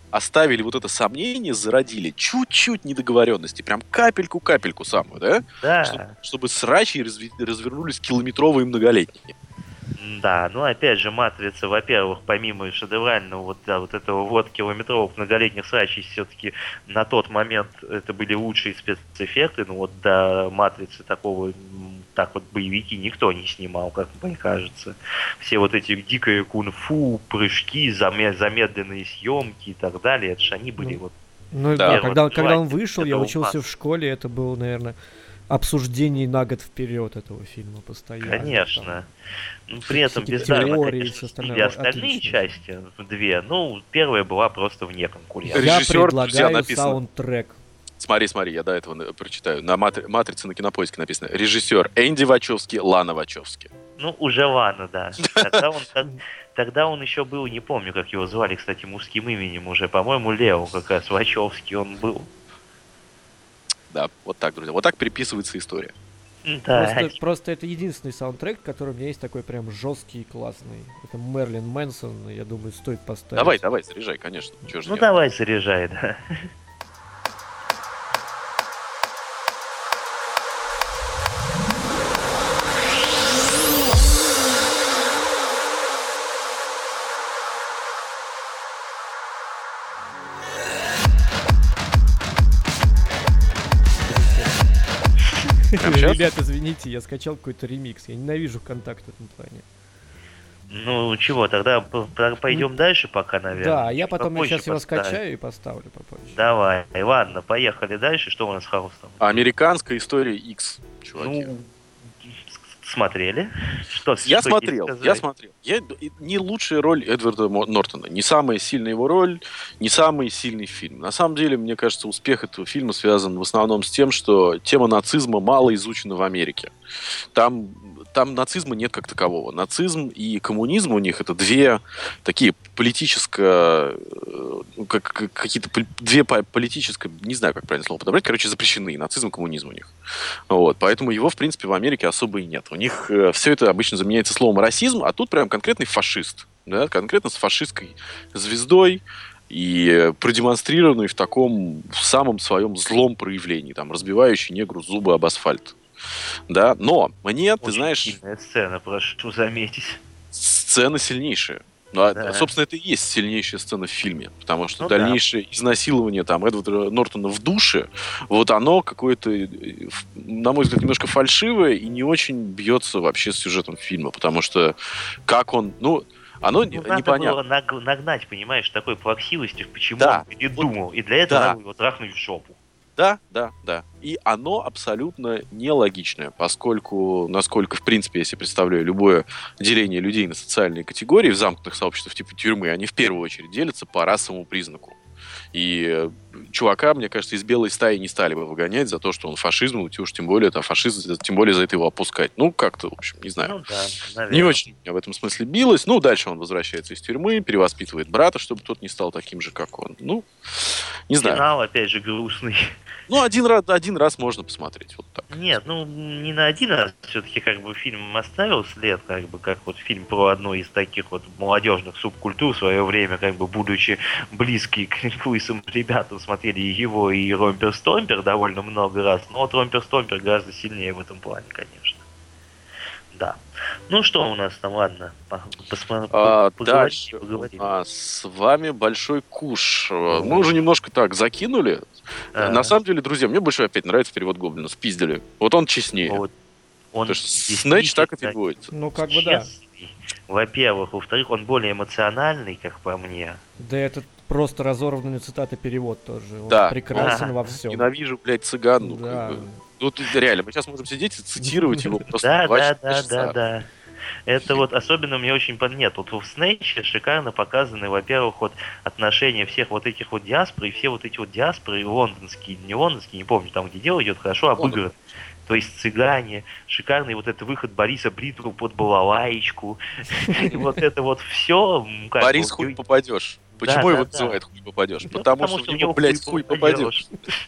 оставили вот это сомнение, зародили чуть-чуть недоговоренности, прям капельку-капельку самую, да? Да. Чтобы, чтобы срачи разви- развернулись километровые и многолетние. Да, ну опять же, «Матрица», во-первых, помимо шедеврального вот, да, вот этого вот километровых многолетних срачей, все-таки на тот момент это были лучшие спецэффекты, ну вот до «Матрицы» такого, м, так вот боевики никто не снимал, как мне кажется. Все вот эти дикие кунг-фу, прыжки, заме- замедленные съемки и так далее, это же они были вот... Ну Да, да, вот когда, когда он желание вышел, я этого учился масса. в школе, это было, наверное, обсуждение на год вперед этого фильма постоянно. Конечно. Там. Ну, при этом всякие бездарно, теории и конечно, всё остальное. снили О, остальные отлично. части, две. Ну, первая была просто вне конкуренции. Я Режиссер, друзья, предлагаю написано. саундтрек. Смотри, смотри, я до этого на- прочитаю. На матри- «Матрице» на Кинопоиске написано. Режиссер Энди Вачовски, Лана Вачовски. Ну, уже ладно, да. Тогда он, так- тогда он еще был, не помню, как его звали, кстати, мужским именем уже. По-моему, Лео как раз Вачовский он был. Да, вот так, друзья. Вот так переписывается история. Да, Просто, просто это единственный саундтрек, который у меня есть такой прям жесткий и классный. Это Мерлин Мэнсон, я думаю, стоит поставить. Давай, давай, заряжай, конечно. Чё ж ну нет. давай заряжай, да. Прям щас? Ребят, извините, я скачал какой-то ремикс. Я ненавижу контакт в этом плане. Ну чего, тогда п- п- пойдем дальше пока, наверное. Да, я Чуть потом попозже сейчас его поставим. скачаю и поставлю попозже. Давай, ладно, поехали дальше. Что у нас с Хаустом? Американская история X, чуваки. Ну, с- смотрели? Что, Я что смотрел, тебе я сказать? смотрел. Я, и- не лучшая роль Эдварда Мо- Нортона, не самая сильная его роль, не самый сильный фильм. На самом деле, мне кажется, успех этого фильма связан в основном с тем, что тема нацизма мало изучена в Америке. Там, там нацизма нет как такового. Нацизм и коммунизм у них это две такие политическое, э, ну, как, как- какие-то пол- две по- политическое, не знаю, как правильно слово подобрать, короче, запрещены. Нацизм и коммунизм у них. Вот, поэтому его, в принципе, в Америке особо и нет. У них все это обычно заменяется словом расизм, а тут прям конкретный фашист. Да, конкретно с фашистской звездой и э, продемонстрированный в таком в самом своем злом проявлении, там, разбивающий негру зубы об асфальт. Да, но мне, ты Очень знаешь, сильная сцена, прошу заметить. сцена сильнейшая. Ну, а, Да. собственно, это и есть сильнейшая сцена в фильме, потому что Ну да. дальнейшее изнасилование там Эдварда Нортона в душе, вот оно какое-то, э, ф- на мой взгляд, немножко фальшивое и не очень бьется вообще с сюжетом фильма, потому что как он, ну, оно не- Ну, надо непонятно. было наг- нагнать, понимаешь, такой плаксивости, почему Да, он не вот- думал. И для этого да. надо было его трахнуть в жопу. Да, да, да. И оно абсолютно нелогичное, поскольку, насколько, в принципе, если представляю любое деление людей на социальные категории в замкнутых сообществах типа тюрьмы, они в первую очередь делятся по расовому признаку. И э, чувака, мне кажется, из белой стаи не стали бы выгонять за то, что он фашизм, и уж тем более, там, фашизм, тем более за это его опускать. Ну, как-то, в общем, не знаю. Ну да, наверное. Не очень меня в этом смысле билось. Ну, дальше он возвращается из тюрьмы, перевоспитывает брата, чтобы тот не стал таким же, как он. Ну, не знаю. Финал, опять же, грустный. Ну, один раз, один раз можно посмотреть. Вот так. Нет, ну не на один раз все-таки как бы фильм оставил след, как бы как вот фильм про одну из таких вот молодежных субкультур в свое время, как бы будучи близкий к лысым ребятам, смотрели и его, и Ромпер Стомпер довольно много раз. Но вот Ромпер Стомпер гораздо сильнее в этом плане, конечно. Да. Ну что у нас там, ладно, по- посмо- А, поговорим, дальше поговорим. у нас с вами большой куш. Э, Мы уже немножко так закинули. Ага. На самом деле, друзья, мне больше опять нравится перевод Гоблина. Спиздили. Вот он честнее. Вот. Он Потому что Снэч так и действительно переводится. Ну, как бы да. честный. Во-первых. Во-вторых, он более эмоциональный, как по мне. Да это просто разорванный цитата перевод тоже. Он Да. прекрасен Ага. во всем. Ненавижу, блядь, цыган. Ну, Да. как бы. Ну, тут реально, мы сейчас можем сидеть и цитировать его просто Да, два да, часа. да, да, да. Это вот особенно мне очень пон- нет. Вот в Снэче шикарно показаны, во-первых, вот отношения всех вот этих вот диаспор, и все вот эти вот диаспоры, лондонские, не лондонские, не помню, там где дело идет, хорошо обыгран. То есть цыгане, шикарный вот этот выход Бориса Бритву под балалаечку. И вот это вот все. Борис, хуй попадешь. Почему да, его да. называют хуй попадешь? Ну, Потому, что в него, блядь, хуй попадешь.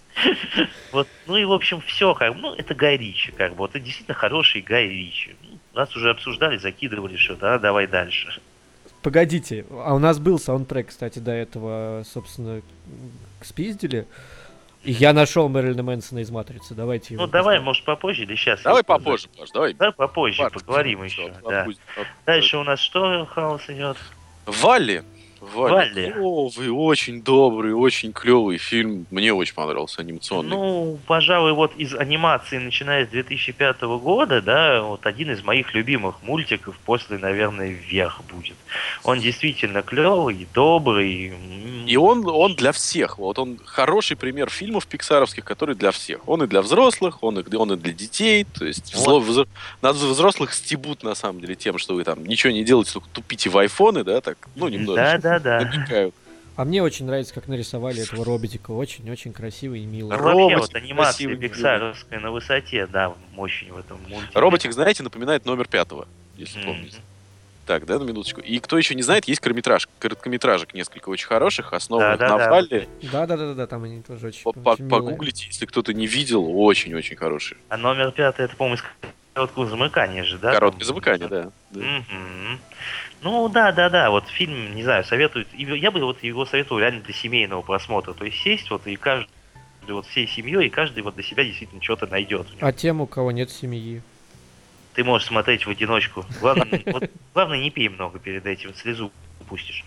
Вот, ну и в общем все, как бы, ну это Гай Ричи, как бы, вот это действительно хороший Гай Ричи. Ну, нас уже обсуждали, закидывали что-то, а давай дальше. Погодите, а у нас был саундтрек, кстати, до этого, собственно, м, спиздили. И я нашел Мэрилина Мэнсона из «Матрицы». Давайте его Ну, давай, поставим. может, попозже или сейчас? Давай попозже, Паш, давай. Давай попозже, Паш, поговорим всё, еще. всё, Да. отпусти, от- Дальше у нас что, хаос идет? Валли. Валли. Валли. Клёвый, очень добрый, очень клевый фильм. Мне очень понравился, анимационный. Ну, пожалуй, вот из анимации, начиная с две тысячи пятого года, да, вот один из моих любимых мультиков после, наверное, «Вверх» будет. Он действительно клевый, добрый. м, И он, он для всех. Вот он хороший пример фильмов пиксаровских, который для всех. Он и для взрослых, он и, он и для детей. То есть Вот. взло- взро- нас взрослых стебут на самом деле тем, что вы там ничего не делаете, только тупите в айфоны, да, так, ну, немножечко. Да-да-да. Намекают. А мне очень нравится, как нарисовали этого роботика. Очень-очень красивый и милый. Ну, вообще, Роботик вот анимация красивый, пиксаровская на высоте, да, очень в этом мультике. Роботик, знаете, напоминает номер пятого, если Мгм. помните. Так, да, на минуточку. И кто еще не знает, есть короткометраж, короткометражек несколько очень хороших, основанных на Да-да-да. Валле. Да-да-да-да, там они тоже очень, По- по- очень милые. Погуглите, если кто-то не видел, очень-очень хороший. А номер пятый, это, по-моему, из короткого замыкания же, да? Короткое там? замыкание, да. да. Мгм. Ну да, да, да, вот фильм, не знаю, советуют. и Я бы вот его советовал реально для семейного просмотра. То есть сесть вот и каждый вот всей семьей, и каждый вот для себя действительно что-то найдет. А тем, у кого нет семьи. Ты можешь смотреть в одиночку. Главное, вот, главное, не пей много перед этим, слезу упустишь.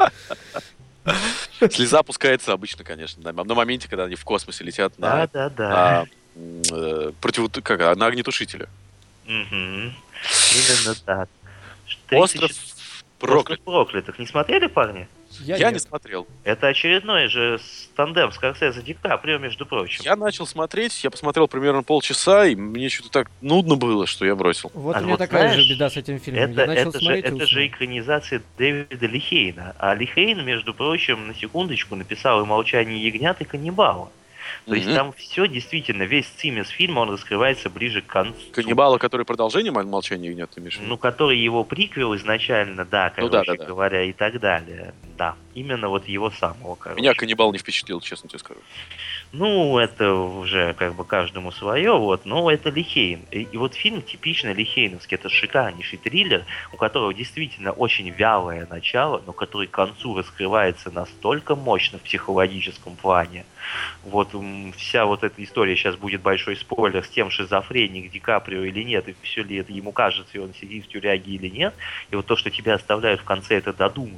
Слеза опускается обычно, конечно, на, на моменте, когда они в космосе летят на, Да, да, да. на, м, э, против, как, а, на огнетушителе. Мгм. Именно так. Остров тридцать проклят. Остров проклятых. Не смотрели, парни? Я, Я нет. не смотрел. Это очередной же с- тандем Скорсезе Ди Каприо, между прочим. Я начал смотреть, я посмотрел примерно полчаса, и мне что-то так нудно было, что я бросил. Вот А у меня вот такая знаешь, же беда с этим фильмом. Это, Я начал это, же, смотреть и это уснул. же экранизация Дэвида Лихейна. А Лихейн, между прочим, на секундочку написал и «Молчание ягнят», и «Каннибала». То есть Мгм. там все действительно, весь цимис фильма, он раскрывается ближе к концу. Каннибала, который продолжение «Мол- «Молчания ягнят», ты имеешь в виду? Ну, который его приквел изначально, да, Ну короче да, да, да. говоря, и так далее. Да, именно вот его самого, короче. Меня каннибал не впечатлил, честно тебе скажу. Ну, это уже как бы каждому свое, вот, но это Лихейн. И, и вот фильм типично лихейновский, это шикарнейший триллер, у которого действительно очень вялое начало, но который к концу раскрывается настолько мощно в психологическом плане. Вот м, вся вот эта история, сейчас будет большой спойлер, с тем, шизофреник Ди Каприо или нет, и все ли это ему кажется, и он сидит в тюряге или нет, и вот то, что тебя оставляют в конце, это додумывать.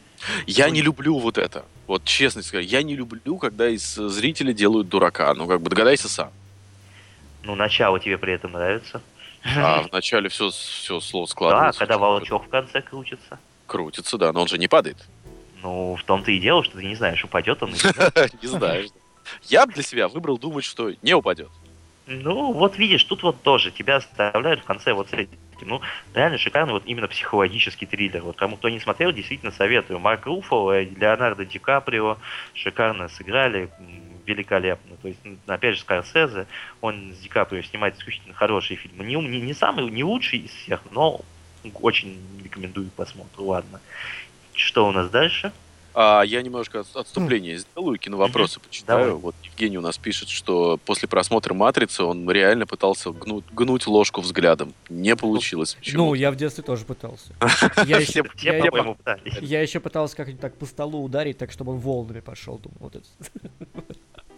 Я не люблю вот это. Вот честно сказать, я не люблю, когда из э, зрителя делают дурака. Ну, как бы догадайся сам. Ну, начало тебе при этом нравится. А вначале все, все слово Да, складывается. когда волчок в конце крутится. Крутится, да, но он же не падает. Ну, в том-то и дело, что ты не знаешь, упадет он или нет. Не знаешь. Я бы для себя выбрал думать, что не упадет. Ну, вот видишь, тут вот тоже тебя оставляют в конце вот с этим. Ну, реально шикарный вот именно психологический триллер. Вот кому кто не смотрел, действительно советую. Марк Руффало и Леонардо Ди Каприо шикарно сыграли, м, великолепно. То есть, м, опять же, Скорсезе, он с Ди Каприо снимает исключительно хорошие фильмы. Не, не, не самый, не лучший из всех, но очень рекомендую к просмотру. Ладно. Что у нас дальше? А я немножко от- отступление сделаю, киновопросы почитаю. Давай. Вот Евгений у нас пишет, что после просмотра «Матрицы» он реально пытался гнуть, гнуть ложку взглядом. Не получилось. Ну, Почему? я в детстве тоже пытался. Я еще, Все, я- по-моему, пытались. я еще пытался как-нибудь так по столу ударить, так чтобы он волнами пошел. Думаю, вот это.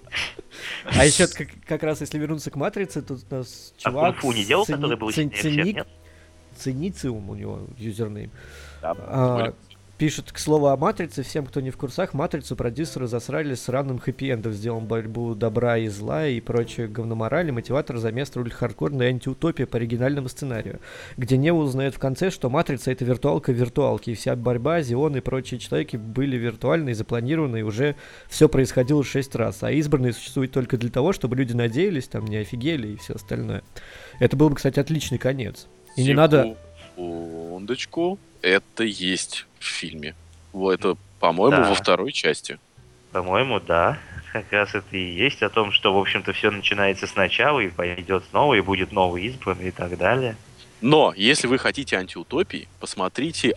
А еще как, как раз если вернуться к «Матрице», тут у нас А чувак... кунг-фу не делал, цени- который был цен- сильнее всех, ценик- нет? Ценициум у него юзернейм. Да, А, более- Пишет, к слову о «Матрице», всем, кто не в курсах, «Матрицу» продюсеры засрали с ранным хэппи-эндом, сделал борьбу добра и зла и прочее говноморали, мотиватор за место руль хардкорной антиутопии по оригинальному сценарию, где Нео узнает в конце, что «Матрица» — это виртуалка виртуалки, и вся борьба, Зион и прочие человеки были виртуальны и запланированы, и уже все происходило шесть раз, а избранные существуют только для того, чтобы люди надеялись, там, не офигели и все остальное. Это был бы, кстати, отличный конец. И не надо... Секундочку. Это есть в фильме. Вот это, по-моему, Да. во второй части. По-моему, да. Как раз это и есть о том, что, в общем-то, все начинается сначала, и пойдет снова, и будет новый избранный и так далее. Но, если вы хотите антиутопии, посмотрите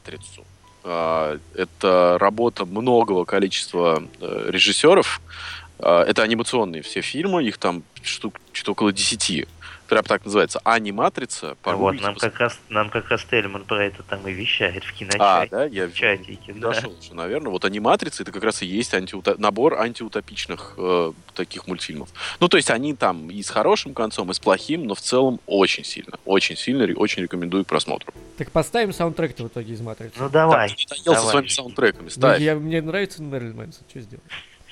«Аниматрицу». А, Это работа многого количества э, режиссеров. А, Это анимационные все фильмы, их там штук что-то около десяти. Прям так называется. Аниматрица. Вот, Погуглите, нам пос- как раз нам как раз Тельман про это там и вещает в А, киночате. да, я В чатике, да. нашел уже, наверное. Вот аниматрица это как раз и есть антиуто- набор антиутопичных э, таких мультфильмов. Ну, то есть они там и с хорошим концом, и с плохим, но в целом очень сильно, очень сильно, ре- очень рекомендую к просмотру. Так поставим саундтрек-то в итоге из «Матрицы». Ну давай. Так, ты надоел со давай. своими саундтреками, Ну, ставь. я, мне нравится Мэрилин Мэнсон, что сделать?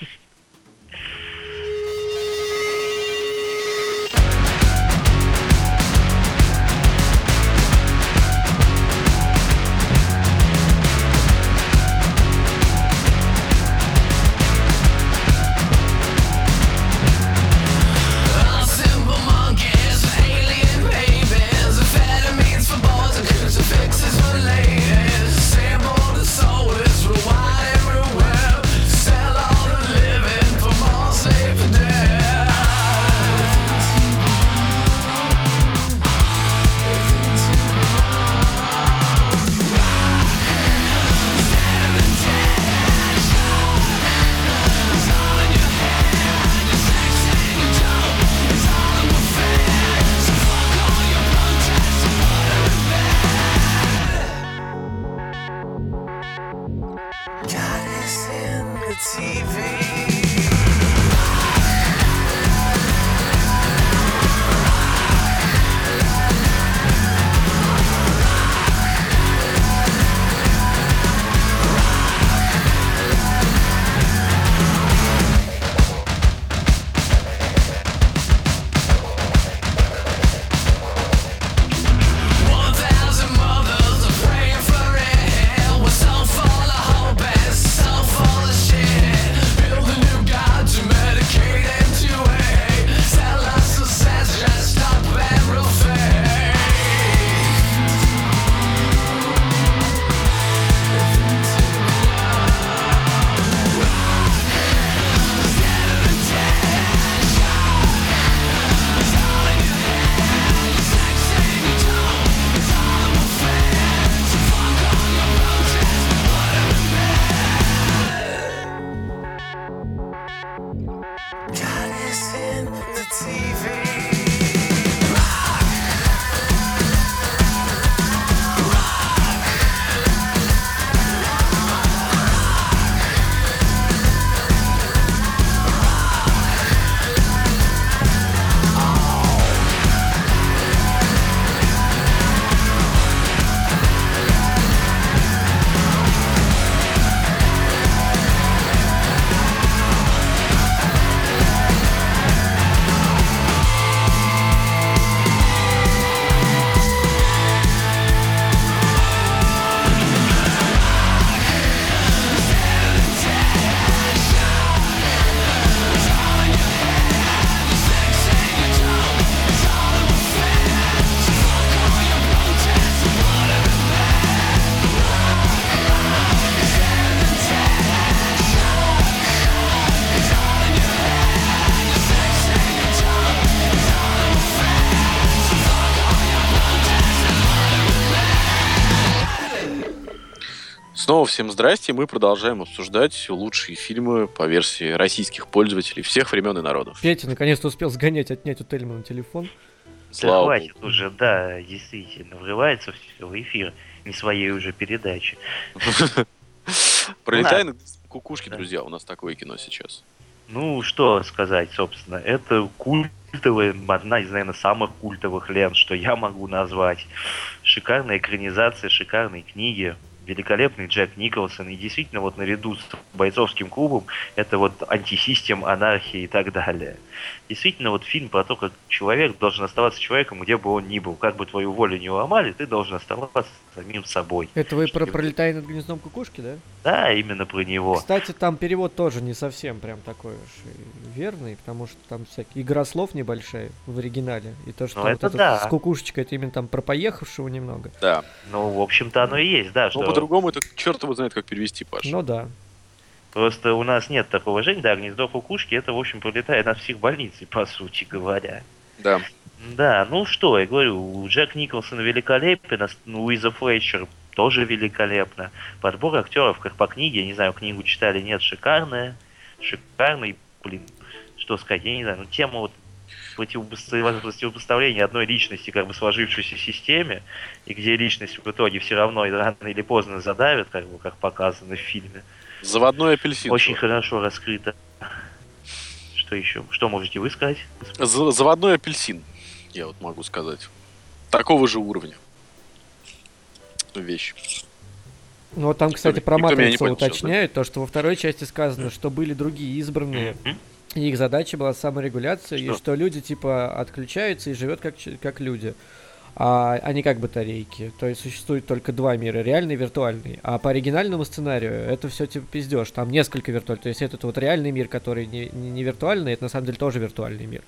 Simple monkeys, alien babies, amphetamines for boys and crucifixes for ladies. Sample the soulless, rewind everywhere. Sell all the living for more slave and death. God is in the T V. One thousand mothers are praying for it. We're so full of hope and so full of shit. Build a new god to medicate into it. Sell us success, just stop and real fake. God is in the T V. Снова всем здрасте. Мы продолжаем обсуждать лучшие фильмы по версии российских пользователей всех времен и народов. Петя наконец-то успел сгонять, отнять у Тельмана телефон. Да Слава хватит богу. уже, да, действительно, врывается все в эфир не своей уже передачи. Пролетай ладно. над кукушки, Да. друзья. У нас такое кино сейчас. Ну, что сказать, собственно, это культовая, одна из, наверное, самых культовых лент, что я могу назвать. Шикарная экранизация, шикарные книги, великолепный Джек Николсон, и действительно вот наряду с бойцовским клубом это вот антисистем, анархия и так далее. Действительно вот фильм про то, как человек должен оставаться человеком, где бы он ни был. Как бы твою волю не ломали, ты должен оставаться самим собой. Это вы про Что- «Пролетая над гнездом кукушки», да? Да, именно про него. Кстати, там перевод тоже не совсем прям такой уж и верный, потому что там всякие игра слов небольшая в оригинале. И то, что Ну, вот это это да. с кукушечкой, это именно там про поехавшего немного. Да. Ну, в общем-то, оно и есть, да, Но что по-другому это черт его знает, как перевести, Паш. Ну да. просто у нас нет такого жения, да, гнездо кукушки, это, в общем, пролетает над психбольницей, по сути говоря. Да. Да, ну что, я говорю, Джек Николсон великолепен, Ас- Луиза Флетчер тоже великолепно. Подбор актеров, как по книге, я не знаю, книгу читали, нет, шикарная. Шикарный. блин, что сказать, я не знаю, ну тема вот противопоставления противопоставления одной личности как бы сложившейся системе, и где личность в итоге все равно рано или поздно задавит, как бы, как показано в фильме. Заводной апельсин. Очень хорошо раскрыто. Что еще? Что можете вы сказать? За- Заводной апельсин, я вот могу сказать. Такого же уровня. Вещь. Ну вот там, кстати, Никто- про никто меня не Матрицу понял сейчас, да? уточняют, то, что во второй части сказано, что были другие избранные, Мгм. и их задача была саморегуляция, и Что? что люди, типа, отключаются и живет как, ч- как люди. А, а не как батарейки. То есть существует только два мира, реальный и виртуальный. А по оригинальному сценарию это все типа пиздеж. Там несколько виртуальных. То есть этот вот реальный мир, который не, не, не виртуальный, это на самом деле тоже виртуальный мир.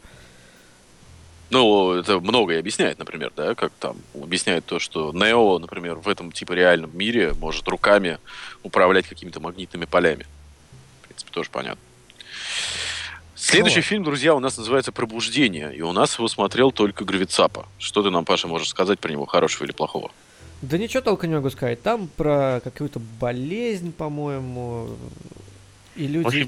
Ну, это многое объясняет, например, да, как там объясняет то, что Нео, например, в этом типа реальном мире может руками управлять какими-то магнитными полями. В принципе, тоже понятно. Следующий Вот. фильм, друзья, у нас называется «Пробуждение», и у нас его смотрел только Гравицапа. Что ты нам, Паша, можешь сказать про него, хорошего или плохого? Да ничего толком не могу сказать. Там про какую-то болезнь, по-моему, и люди... В общем-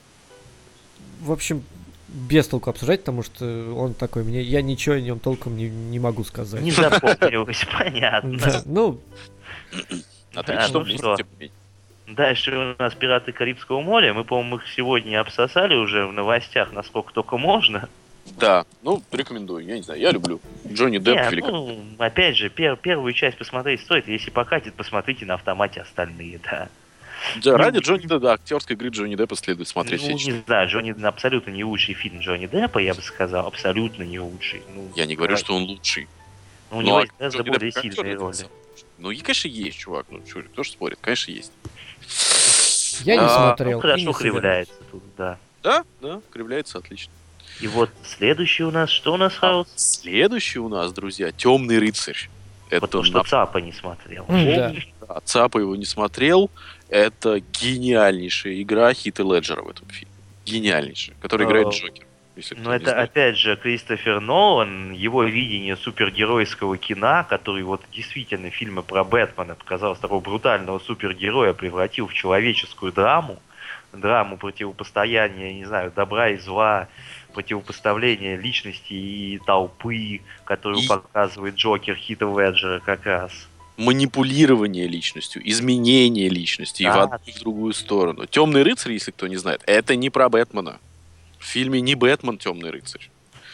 В общем, без толку обсуждать, потому что он такой, мне я ничего о нем толком не, не могу сказать. Не запомнилось, понятно. Да, ну, Отлично, ну вместе, что? тем не менее. Дальше у нас «Пираты Карибского моря». Мы, по-моему, их сегодня обсосали уже в новостях, насколько только можно. Да, ну, рекомендую, я не знаю, я люблю. Джонни Депп Не, великолепный. ну, опять же, пер- первую часть посмотреть стоит. Если покатит, посмотрите на автомате остальные, да. Да, ради Джонни Деппа, да, актерской игры Джонни Деппа следует смотреть Ну, всячески. не знаю, Джонни абсолютно не лучший фильм Джонни Деппа, я бы сказал, абсолютно не лучший. Ну, Я не говорю, давай. что он лучший. Ну, у Ну, него а есть гораздо Джонни более Депп как сильные актер, роли. это Ну, и, конечно, есть, чувак. Ну, чё, кто ж спорит? Конечно, есть. я не А, смотрел. Ну, и хорошо не собираюсь. кривляется тут, да. Да, да, кривляется отлично. И вот следующий у нас, что у нас, Хаус? Следующий у нас, друзья, «Темный рыцарь». Это Потому что Цапа не смотрел. М, да. на... Цапа его не смотрел. Это гениальнейшая игра Хита Леджера в этом фильме. Гениальнейшая. Который А, играет Джокер. Если Но кто не это знает. опять же Кристофер Нолан, его видение супергеройского кино, который вот действительно фильмы про Бэтмена, казалось, такого брутального супергероя превратил в человеческую драму, драму противопостояния, не знаю, добра и зла, противопоставления личности и толпы, которую И- показывает Джокер Хита Леджера как раз. Манипулирование личностью, изменение личности и в Да. одну и в другую сторону. «Темный рыцарь», если кто не знает, это не про Бэтмена. В фильме не Бэтмен «Темный рыцарь».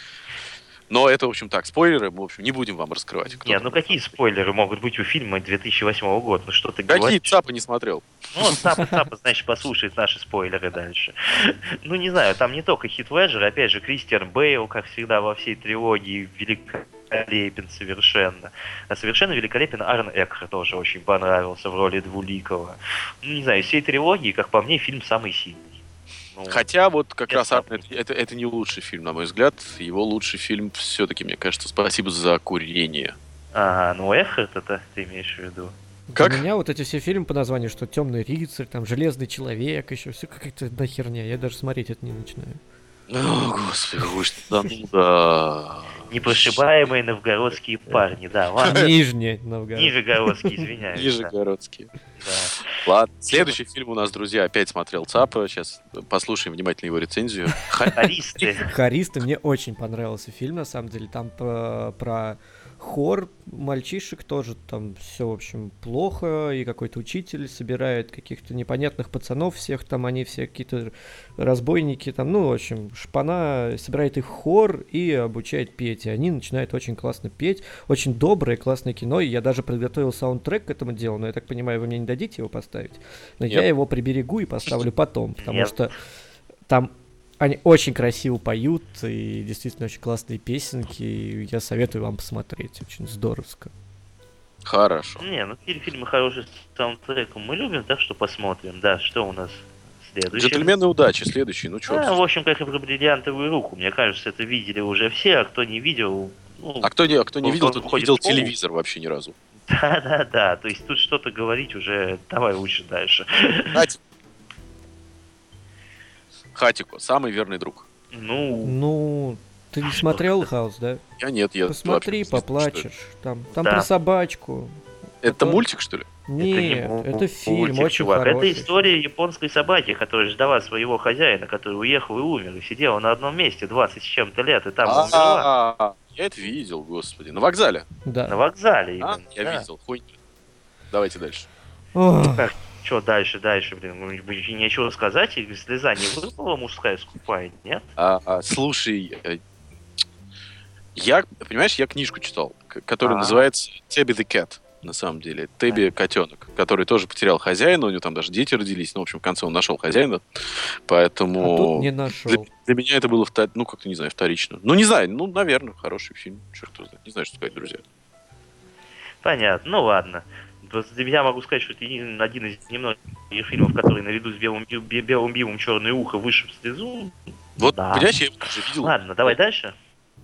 Но это, в общем, так, спойлеры, мы, в общем, не будем вам раскрывать. кто Не, там ну на какие самом деле. спойлеры могут быть у фильма две тысячи восьмого года? Ну что ты Какие говоришь? Цапа не смотрел? Ну, он Цапа, Цапа, значит, послушает наши спойлеры дальше. Ну, не знаю, там не только Хит Леджер, опять же, Кристиан Бейл, как всегда во всей трилогии, великолепен совершенно. А совершенно великолепен Аарон Экхарт, тоже очень понравился в роли Двуликого. Ну, не знаю, из всей трилогии, как по мне, фильм самый сильный. Ну, Хотя вот как Я раз сам Аарон, это, это, это не лучший фильм, на мой взгляд. Его лучший фильм все-таки, мне кажется, «Спасибо за курение». Ага, ну Экхарт это ты имеешь в виду? Как? Для меня вот эти все фильмы по названию, что Темный рыцарь, там Железный человек, еще все какая-то да херня. Я даже смотреть это не начинаю. О, господи, вы что, да ну да. Непрошибаемые новгородские парни, да, ладно. Нижний Новгород. Нижегородские, извиняюсь. да, Нижегородские. да. Ладно, следующий фильм у нас, друзья, опять смотрел Цапа. Сейчас послушаем внимательно его рецензию. Харисты. Харисты, мне очень понравился фильм, на самом деле. Там про, про хор мальчишек тоже там все, в общем, плохо. И какой-то учитель собирает каких-то непонятных пацанов всех. Там они все какие-то разбойники. Там, ну, в общем, шпана собирает их в хор и обучает петь. И они начинают очень классно петь. Очень доброе, классное кино. И я даже подготовил саундтрек к этому делу. Но я так понимаю, вы мне не дадите его поставить. Но я Нет. его приберегу и поставлю потом. Потому Нет. что там они очень красиво поют, и действительно очень классные песенки, и я советую вам посмотреть, очень здоровско. Хорошо. Не, ну фи- фильмы хорошие с саундтреком мы любим, так что посмотрим. Да, что у нас следующее? «Джентльмены удачи», следующий. Ну что? А, в общем, как и про бриллиантовую руку. Мне кажется, это видели уже все, а кто не видел, ну, А кто не, а кто не Он- видел, он тот не ходит видел в школу. телевизор вообще ни разу. да-да-да. То есть тут что-то говорить уже, давай лучше дальше. Хатико. Хатико, самый верный друг. Ну, Ну, ты не смотрел «Хаус», да? Я нет, я Посмотри, вообще не знаю, что поплачешь. Там, там Да. про собачку. Это. Это Потом- мультик, что ли? Нет, это, это не фильм, мультик, очень чувак. хороший. Это история японской собаки, которая ждала своего хозяина, который уехал и умер, и сидела на одном месте двадцать с чем-то лет, и там умерла. А, я это видел, господи. На вокзале. На Да. вокзале А, именно. я да. видел. Хуйня. Давайте дальше. Ох, Так, что дальше, дальше, блин, ну, нечего сказать, и слеза не выпала мужская скупая, нет? А, а, слушай, э, я, понимаешь, я книжку читал, к- которая А. называется Тебби the Cat, на самом деле. Тебби котенок, который тоже потерял хозяина, у него там даже дети родились, ну, в общем, в конце он нашел хозяина, а поэтому... тут не Для, нашел. для меня это было, втор- ну, как-то, не знаю, вторично. Ну, не знаю, ну, наверное, хороший фильм, черт его знает. Не знаю, что сказать, друзья. Понятно, ну ладно. Просто для меня могу сказать, что это един один из немногих фильмов, который наряду с белым, Би- Би- белым бивом «Черное ухо» вышиб слезу. Вот, Да. понимаешь, я его уже видел. Ладно, давай дальше.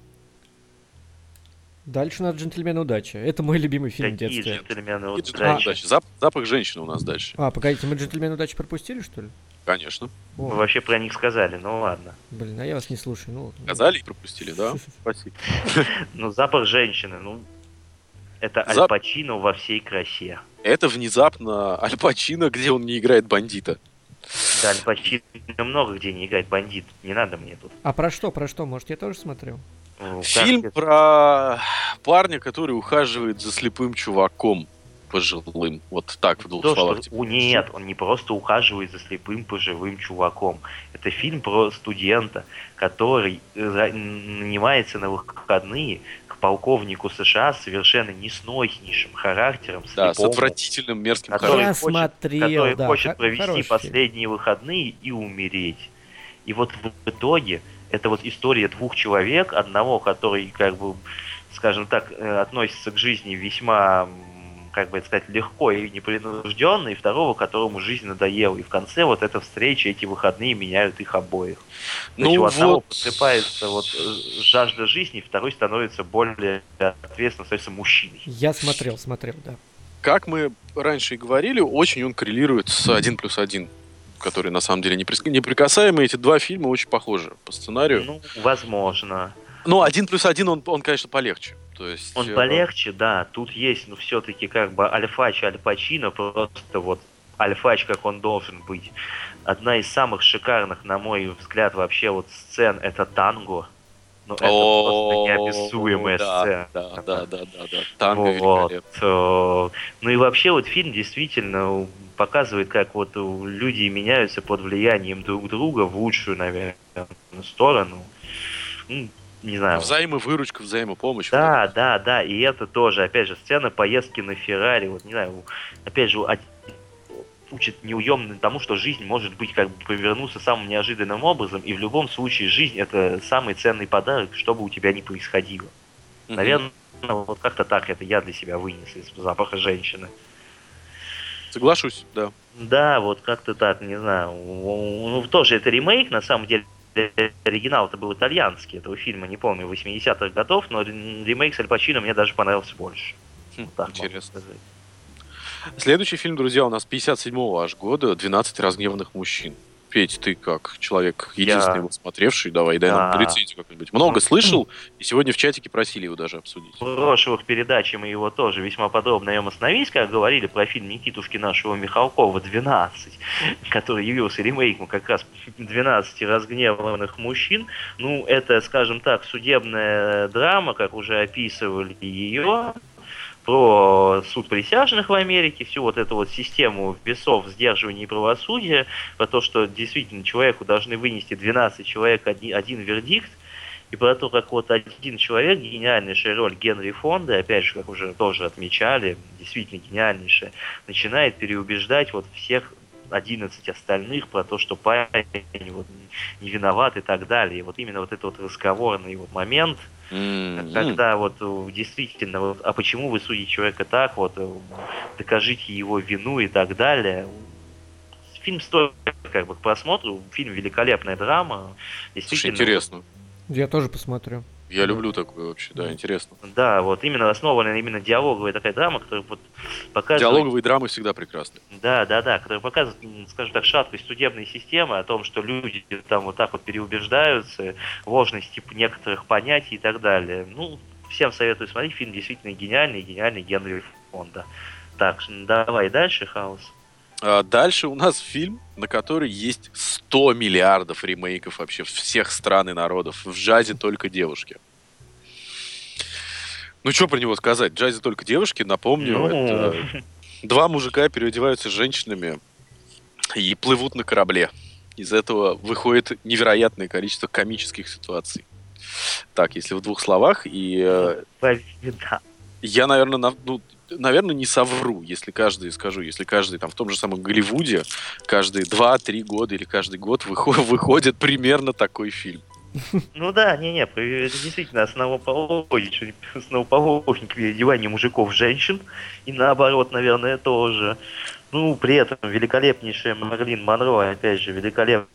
Дальше у нас «Джентльмены удачи». Это мой любимый фильм в Какие детстве. джентльмены Нет, удачи. удачи. Зап- запах женщины у нас дальше. А, погодите, мы «Джентльмены удачи» пропустили, что ли? Конечно. Мы О, вообще про них сказали, ну ладно. блин, а я вас не слушаю. Ну, ладно. Сказали и пропустили, да? Спасибо. Ну, запах женщины, ну, это Аль Зап- Пачино во всей красе. Это внезапно Аль Пачино, где он не играет бандита. Да, Аль Пачино много где не играет бандит, не надо мне тут. А про что, про что? Может, я тоже смотрел? Ну, как Фильм это? про парня, который ухаживает за слепым чуваком пожилым. Вот так, в двух То, словах. что... типа. У, нет, он не просто ухаживает за слепым пожилым чуваком. Это фильм про студента, который э, за- нанимается на выходные к полковнику США с совершенно несноснейшим характером, Да, с слепому, отвратительным мерзким который Я характером. хочет, смотрел, который да, хочет хо- провести хороший фильм. последние выходные и умереть. И вот в итоге это вот история двух человек, одного, который, как бы, скажем так, э, относится к жизни весьма, м, как бы это сказать, легко и непринужденно, и второго, которому жизнь надоела. И в конце вот эта встреча, эти выходные меняют их обоих. То есть Ну у одного вот. просыпается вот э, жажда жизни, второй становится более ответственно, становится мужчиной. Я смотрел, смотрел, да. Как мы раньше и говорили, очень он коррелирует с один плюс один, который на самом деле неприс- неприкасаемый. Эти два фильма очень похожи по сценарию. Ну, возможно. Но один плюс один, он, он, конечно, полегче. То есть, Он э, полегче, да. Тут есть, ну, все-таки как бы Альфач, Аль Пачино, просто вот Альфач, как он должен быть. Одна из самых шикарных, на мой взгляд, вообще вот сцен — это танго. Ну, это просто о, неописуемая да, сцена. Да, да, да, да, да. Танго Вот. великолепно. э, Ну и вообще вот фильм действительно показывает, как вот э, люди меняются под влиянием друг друга в лучшую, наверное, сторону. Ну, не знаю. Взаимовыручка, взаимопомощь. Да, да, да, и это тоже, опять же, сцена поездки на Феррари, вот, не знаю, опять же, од- учит неуемно тому, что жизнь может быть, как бы, повернуться самым неожиданным образом, и в любом случае жизнь — это самый ценный подарок, что бы у тебя ни происходило. Мгм. Наверное, вот как-то так это я для себя вынес из запаха женщины. Соглашусь, да. Да, вот как-то так, не знаю. Ну, тоже это ремейк, на самом деле. Оригинал-то был итальянский этого фильма, не помню, восьмидесятых годов, но ремейк с Аль Пачино мне даже понравился больше. Хм, Вот так могу интересно. сказать. Следующий фильм, друзья, у нас пятьдесят седьмого аж года, «двенадцать разгневанных мужчин». Петь, ты как человек, единственный Я- его смотревший, давай, дай нам Да. рецензию как-нибудь. Много слышал, и сегодня в чатике просили его даже обсудить. В прошлых передачах мы его тоже весьма подробно о нем остановились, как говорили про фильм Никитушки нашего Михалкова «двенадцать», который явился ремейком как раз «двенадцати разгневанных мужчин». Ну, это, скажем так, судебная драма, как уже описывали ее, про суд присяжных в Америке, всю вот эту вот систему весов сдерживания и правосудия, про то, что действительно человеку должны вынести двенадцать человек один, один вердикт, и про то, как вот один человек, гениальнейшая роль Генри Фонды, опять же, как уже тоже отмечали, действительно гениальнейшая, начинает переубеждать вот всех одиннадцать остальных про то, что парень вот не виноват и так далее. И вот именно вот этот вот разговорный вот момент, М-м. когда вот э, действительно, вот, а почему вы судите человека так, вот, э, докажите его вину и так далее. Фильм стоит как бы к просмотру, фильм великолепная драма. Слушай, Действительно, интересно. Я тоже посмотрю. Я люблю такое вообще, да, интересно. да, вот именно основанная именно диалоговая такая драма, которая вот показывает... Диалоговые драмы всегда прекрасны. Да, да, да, которая показывает, м, скажем так, шаткость судебной системы, о том, что люди там вот так вот переубеждаются, ложность типа некоторых понятий и так далее. Ну, всем советую смотреть, фильм действительно гениальный, гениальный Генри Фонда. Так, давай дальше, Хаус. А дальше у нас фильм, на который есть сто миллиардов ремейков вообще всех стран и народов. В джазе только девушки. Ну, что про него сказать? В джазе только девушки, напомню, Ну. это два мужика переодеваются женщинами и плывут на корабле. Из этого выходит невероятное количество комических ситуаций. Так, если в двух словах, и э, Да. я, наверное, на- ну, наверное, не совру, если каждый, скажу, если каждый там в том же самом Голливуде каждые два-три года или каждый год выхо- выходит примерно такой фильм. Ну да, не-не, это действительно основоположник, основоположник переодевания мужиков в женщин, и наоборот, наверное, тоже. Ну, при этом великолепнейшая Марлин Монро, опять же, великолепный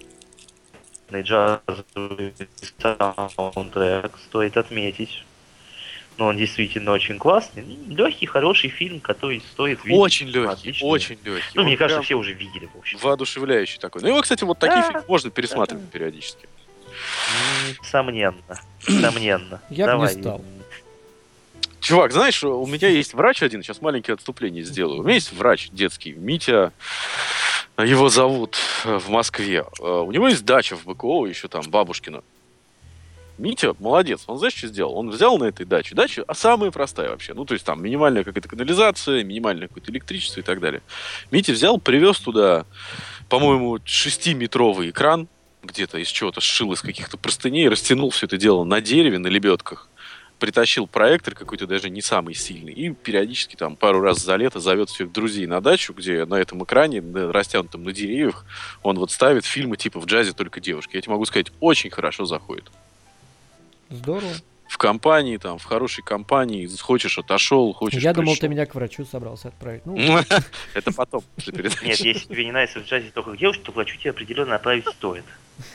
джазовый саундтрек, стоит отметить. Но он действительно очень классный. Легкий, хороший фильм, который стоит видеть. Очень легкий, Отличный. очень легкий. Ну, Он мне кажется, прям все уже видели, в общем. воодушевляющий такой. Ну, его, кстати, вот такие Да, фильмы можно пересматривать периодически. М, Сомненно. Сомненно. Я бы не Давай. стал. Чувак, знаешь, у меня есть врач один, сейчас маленькое отступление сделаю. У меня есть врач детский, Митя, его зовут э, в Москве. Э, У него есть дача в Быково, еще там бабушкина. Митя молодец, он знаешь, что сделал? Он взял на этой даче, дача, а самая простая вообще, ну, то есть там минимальная какая-то канализация, минимальное какое-то электричество и так далее. Митя взял, привез туда, по-моему, шестиметровый экран, где-то из чего-то сшил из каких-то простыней, растянул все это дело на дереве, на лебедках, притащил проектор какой-то даже не самый сильный и периодически там пару раз за лето зовет всех друзей на дачу, где на этом экране, на- растянутом на деревьях, он вот ставит фильмы типа «В джазе только девушки». Я тебе могу сказать, очень хорошо заходит. Здорово. В компании, там, в хорошей компании, хочешь отошел, хочешь Я думал, пришел. ты меня к врачу собрался отправить. Ну, Это потом, после передачи. Нет, если тебе не нравится в джазе только девушки, то врачу тебе определенно направить стоит.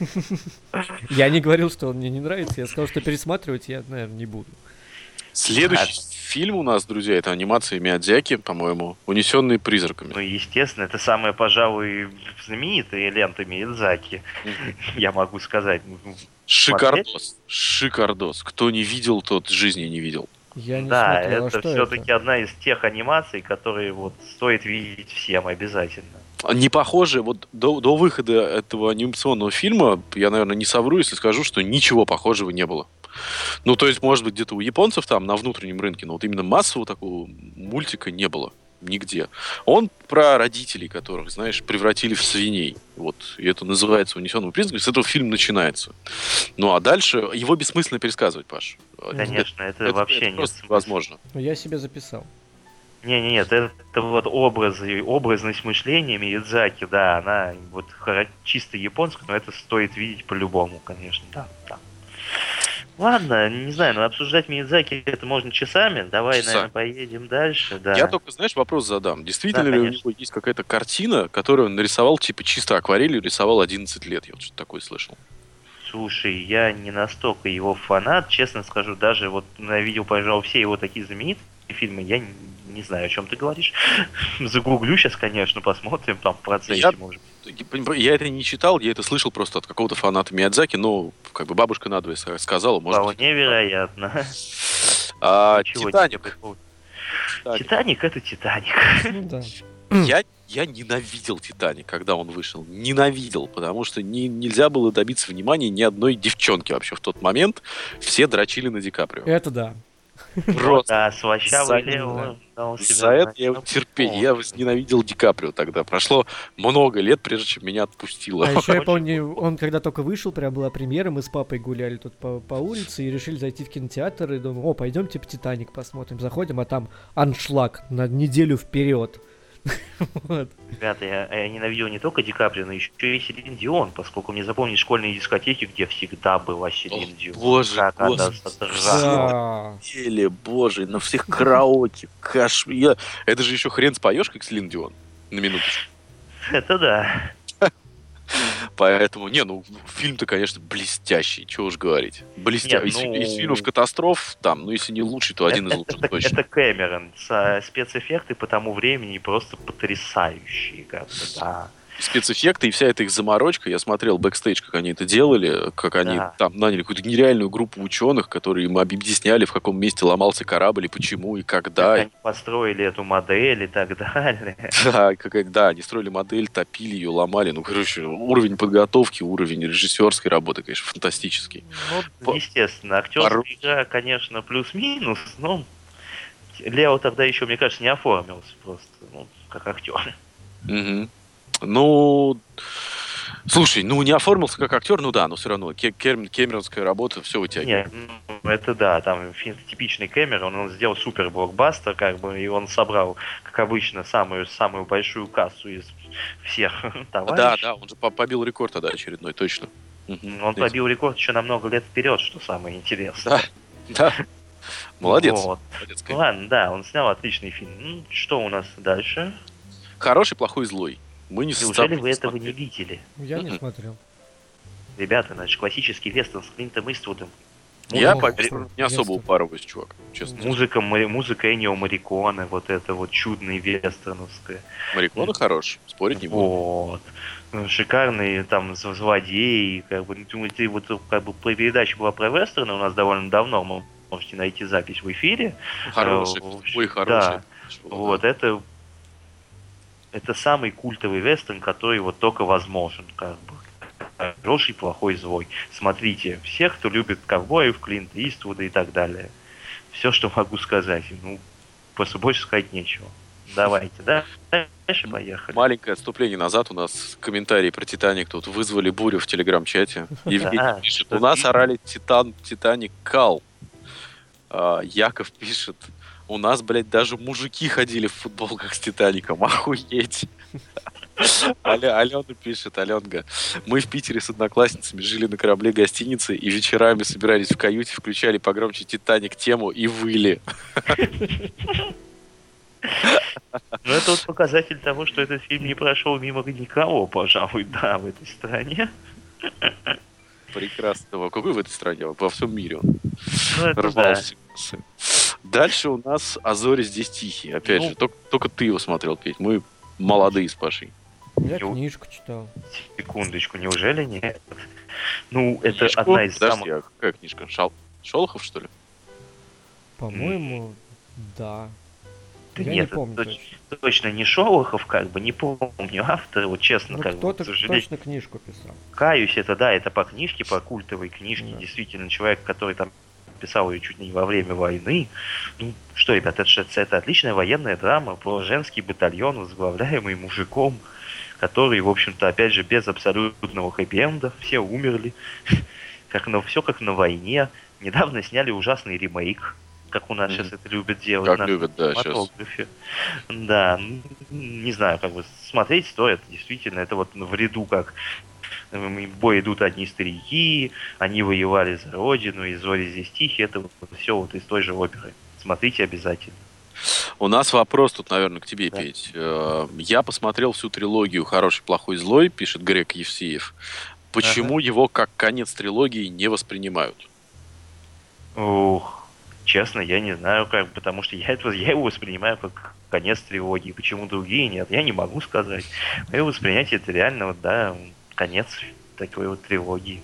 я не говорил, что он мне не нравится. Я сказал, что пересматривать я, наверное, не буду. Следующий фильм у нас, друзья, это анимация Миядзаки, по-моему, «Унесенные призраками». Ну, естественно, это самая, пожалуй, знаменитая лента Миядзаки, я могу сказать. Ну, Шикардос. Шикардос. Кто не видел, тот жизни не видел. Я не Да, смотрел. А это что все-таки это? одна из тех анимаций, которые вот стоит видеть всем обязательно. Не похоже, вот до, до выхода этого анимационного фильма, я, наверное, не совру, если скажу, что ничего похожего не было. Ну, то есть, может быть, где-то у японцев там на внутреннем рынке, но вот именно массового такого мультика не было нигде. Он про родителей, которых, знаешь, превратили в свиней. Вот. И это называется «Унесенным признаком». С этого фильм начинается. Ну, а дальше его бессмысленно пересказывать, Паш. Конечно, это, Это, вообще это нет просто смысла. невозможно. Ну, я себе записал. Не, не, нет, это, это вот образы, образность мышления Миядзаки, да, она вот хоро- чисто японская, но это стоит видеть по-любому, конечно, да, да. Ладно, не знаю, но обсуждать Миядзаки это можно часами. Давай, Часами. наверное, поедем дальше, да. Я только, знаешь, вопрос задам. Действительно Да, ли у конечно. него есть какая-то картина, которую он нарисовал, типа, чисто акварелью, рисовал одиннадцать лет? Я вот что-то такое слышал. Слушай, я не настолько его фанат, честно скажу, даже вот я видел, пожалуй, все его такие знаменитые фильмы, я не, не знаю, о чем ты говоришь. Загуглю сейчас, конечно, посмотрим там в процессе, Я- может быть. Я это не читал, я это слышал просто от какого-то фаната Миядзаки, но как бы бабушка надвое с- сказала, может быть. Вполне вероятно. А, Ничего Титаник. себе. Титаник. Титаник это Титаник. Ну да. Я, я ненавидел «Титаник», когда он вышел. Ненавидел, потому что не, нельзя было добиться внимания ни одной девчонки вообще в тот момент. Все дрочили на Ди Каприо. Это да. Просто. Да, слащавый За- Лео дал себя За это знать. я его Ну, терпеть. Я возненавидел Ди Каприо тогда. Прошло много лет, прежде чем меня отпустило. А еще я Очень помню, он когда только вышел, прям была премьера, мы с папой гуляли тут по, по улице и решили зайти в кинотеатр и думаю, о, пойдем типа Титаник посмотрим. Заходим, а там аншлаг на неделю вперед. Вот. Ребята, я, я ненавидел не только Ди Каприо, но еще и Селин Дион, поскольку мне запомнить школьные дискотеки, где всегда была Селин О, Дион. боже, Как она господи. содрала. Да. Еле, боже, на всех караоке. Каш... Я... Это же еще хрен споешь, как Селин Дион. На минуточку. Это да. Поэтому, не, ну, фильм-то, конечно, блестящий, чего уж говорить. Блестящий. Нет, ну- Из, из фильмов катастроф, там, ну, если не лучший, то один из это, лучших это- точно. это Кэмерон. Со- спецэффекты по тому времени просто потрясающие, как бы, да. спецэффекты и вся эта их заморочка. Я смотрел бэкстейдж, как они это делали, как они Да. там наняли какую-то нереальную группу ученых, которые им объясняли, в каком месте ломался корабль, и почему, и когда. Как они построили эту модель и так далее. Да, как, да, они строили модель, топили ее, ломали. Ну, короче, уровень подготовки, уровень режиссерской работы, конечно, фантастический. Ну, По- естественно, актерская пору- игра, конечно, плюс-минус, но Лео тогда еще, мне кажется, не оформился просто, ну, как актер. Мгм. Ну, слушай, ну не оформился как актер, ну да, но все равно Ке- Кем- Кэмеронская работа все вытягивает. Нет, ну, это да, там фильм типичный Кэмерон, он сделал супер блокбастер, как бы, и он собрал, как обычно, самую самую большую кассу из всех Да, товарищей. да, он же по- побил рекорд тогда очередной, точно. Мгм. Он побил рекорд еще на много лет вперед, что самое интересное. Да, да. Молодец. Вот. Молодец, Ну Кэм. ладно, да, он снял отличный фильм. Ну, что у нас дальше? Хороший, плохой, злой. Мы не Неужели с- вы этого не смотрели. видели? Я не Мгм. смотрел. Ребята, значит, классический вестерн с Клинтом Иствудом. Я, Ох, поверь, что, не особо место. упарываюсь, чувак, честно. Музыка, Ма- музыка Эннио Морриконе, вот это вот чудный вестерновская. Марикона хорош, спорить не буду. Вот. Ну, шикарные там зл- злодеи, как бы, ну, ты вот как бы передача была про вестерны у нас довольно давно, вы можете найти запись в эфире. Хороший, Э, в общем, ой, хороший. да. Вот, это это самый культовый вестерн, который вот только возможен, как бы. Хороший, плохой, злой. Смотрите, всех, кто любит ковбоев, Клинта Иствуда и так далее. Все, что могу сказать. Ну, просто больше сказать нечего. Давайте, да? Дальше поехали. Маленькое отступление назад. У нас комментарии про Титаник тут вызвали бурю в телеграм-чате. Евгений Да, пишет, что у нас ты- орали Титан, Титаник Кал. А, Яков пишет, у нас, блядь, даже мужики ходили в футболках с Титаником. Охуеть. Аля- Алена пишет, Аленга, мы в Питере с одноклассницами жили на корабле гостиницы и вечерами собирались в каюте, включали погромче Титаник тему и выли. Ну, это вот показатель того, что этот фильм не прошел мимо никого, пожалуй, да, в этой стране. Прекрасно. Какой в этой стране? Во всем мире он Ну, это да. рвался. Дальше у нас «А зори здесь тихие». Опять Ну. же, только, только ты его смотрел, Петь. Мы молодые с Пашей. Я Ю- книжку читал. Секундочку, неужели нет? Ну, это Книжку? одна из Подожди, самых... а какая книжка? Шал... Шолохов, что ли? По-моему, да. Да Я нет, не это помню точ- точно. точно не Шолохов, как бы, не помню автора, вот честно, Ну, как бы, кто-то к сожалению. точно книжку писал. Каюсь, это да, это по книжке, по культовой книжке. Да. Действительно, человек, который там писал ее чуть ли не во время войны. Ну, что, ребята, это, ж- это отличная военная драма про женский батальон, возглавляемый мужиком, который, в общем-то, опять же, без абсолютного хэппи-энда, все умерли, как на, все как на войне. Недавно сняли ужасный ремейк, как у нас Мгм. сейчас это любят делать. Как наши любят, да, сейчас. кинематографе. Да, м, не знаю, как бы смотреть стоит, действительно, это вот в ряду как м, в бой идут одни старики, они воевали за родину, и зори здесь тихие, это вот все вот из той же оперы. Смотрите обязательно. У нас вопрос тут, наверное, к тебе, Да. Петь. Э, Я посмотрел всю трилогию «Хороший, плохой, злой», пишет Грег Евсеев. Почему его как конец трилогии не воспринимают? Ух, честно, я не знаю как, потому что я, это, я его воспринимаю как конец трилогии, почему другие нет, я не могу сказать. Мое воспринятие это реально вот, да, конец такой вот трилогии.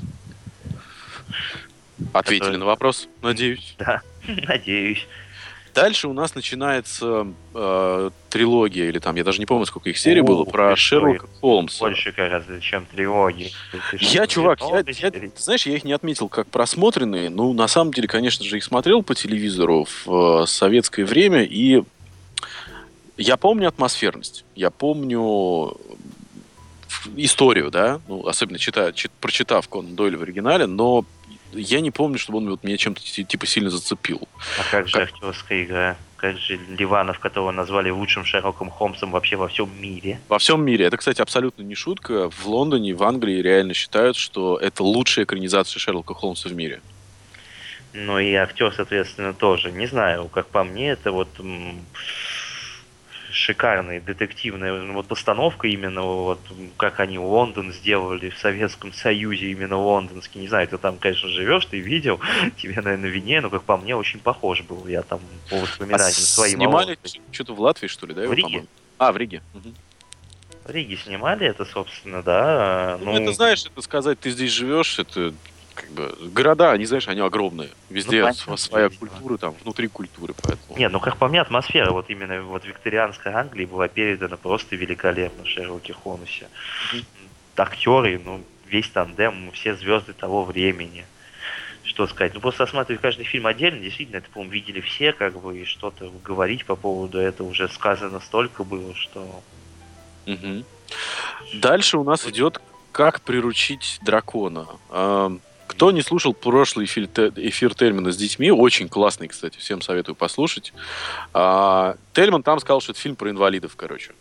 Ответили Который- на вопрос, надеюсь. Да, надеюсь. Дальше у нас начинается э, трилогия, или там, я даже не помню, сколько их серий О, было, про ты что, Шерлока их Холмса. Больше гораздо, чем трилогии. Ты Я, что, чувак, я, много я- серий? ты знаешь, я их не отметил как просмотренные. Ну, на самом деле, конечно же, их смотрел по телевизору в э, советское время, и я помню атмосферность, я помню э, историю, да, ну, особенно читая, чит- прочитав Конан Дойля в оригинале, но я не помню, чтобы он вот меня чем-то ти- типа сильно зацепил. А как же Как- актерская игра? Как же Ливанов, которого назвали лучшим Шерлоком Холмсом вообще во всем мире? Во всем мире. Это, кстати, абсолютно не шутка. В Лондоне, в Англии реально считают, что это лучшая экранизация Шерлока Холмса в мире. Ну и актер, соответственно, тоже. Не знаю, как по мне, это вот м, шикарная детективная ну, вот постановка именно вот м, как они Лондон сделали в Советском Союзе, именно лондонский. Не знаю, ты там, конечно, живешь, ты видел, тебе, наверное, виднее, но как по мне очень похож был. Я там по А воспоминаниям своим. снимали молодости. что-то в Латвии, что ли, да? его, В Риге. по-моему? А, в Риге. Мгм. В Риге снимали это, собственно, да. Ну, это, знаешь, это сказать, ты здесь живешь, это как бы города, они, знаешь, они огромные. Везде Ну, св- понятно, своя видимо. культура, там, внутри культуры, поэтому. Нет, ну как по мне, атмосфера вот именно вот викторианской Англии была передана просто великолепно в Шерлоке Холмсе. Актеры, ну, весь тандем, все звезды того времени. Что сказать? Ну, просто осматривать каждый фильм отдельно, действительно, это, по-моему, видели все, как бы, и что-то говорить по поводу этого уже сказано столько было, что... Мгм. Дальше у нас идет «Как приручить дракона». А, Кто не слушал прошлый эфир, Те- эфир Тельмана с детьми, очень классный, кстати, всем советую послушать. А, Тельман там сказал, что это фильм про инвалидов, короче.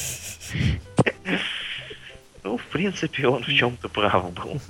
Ну, в принципе, он в чем-то прав был.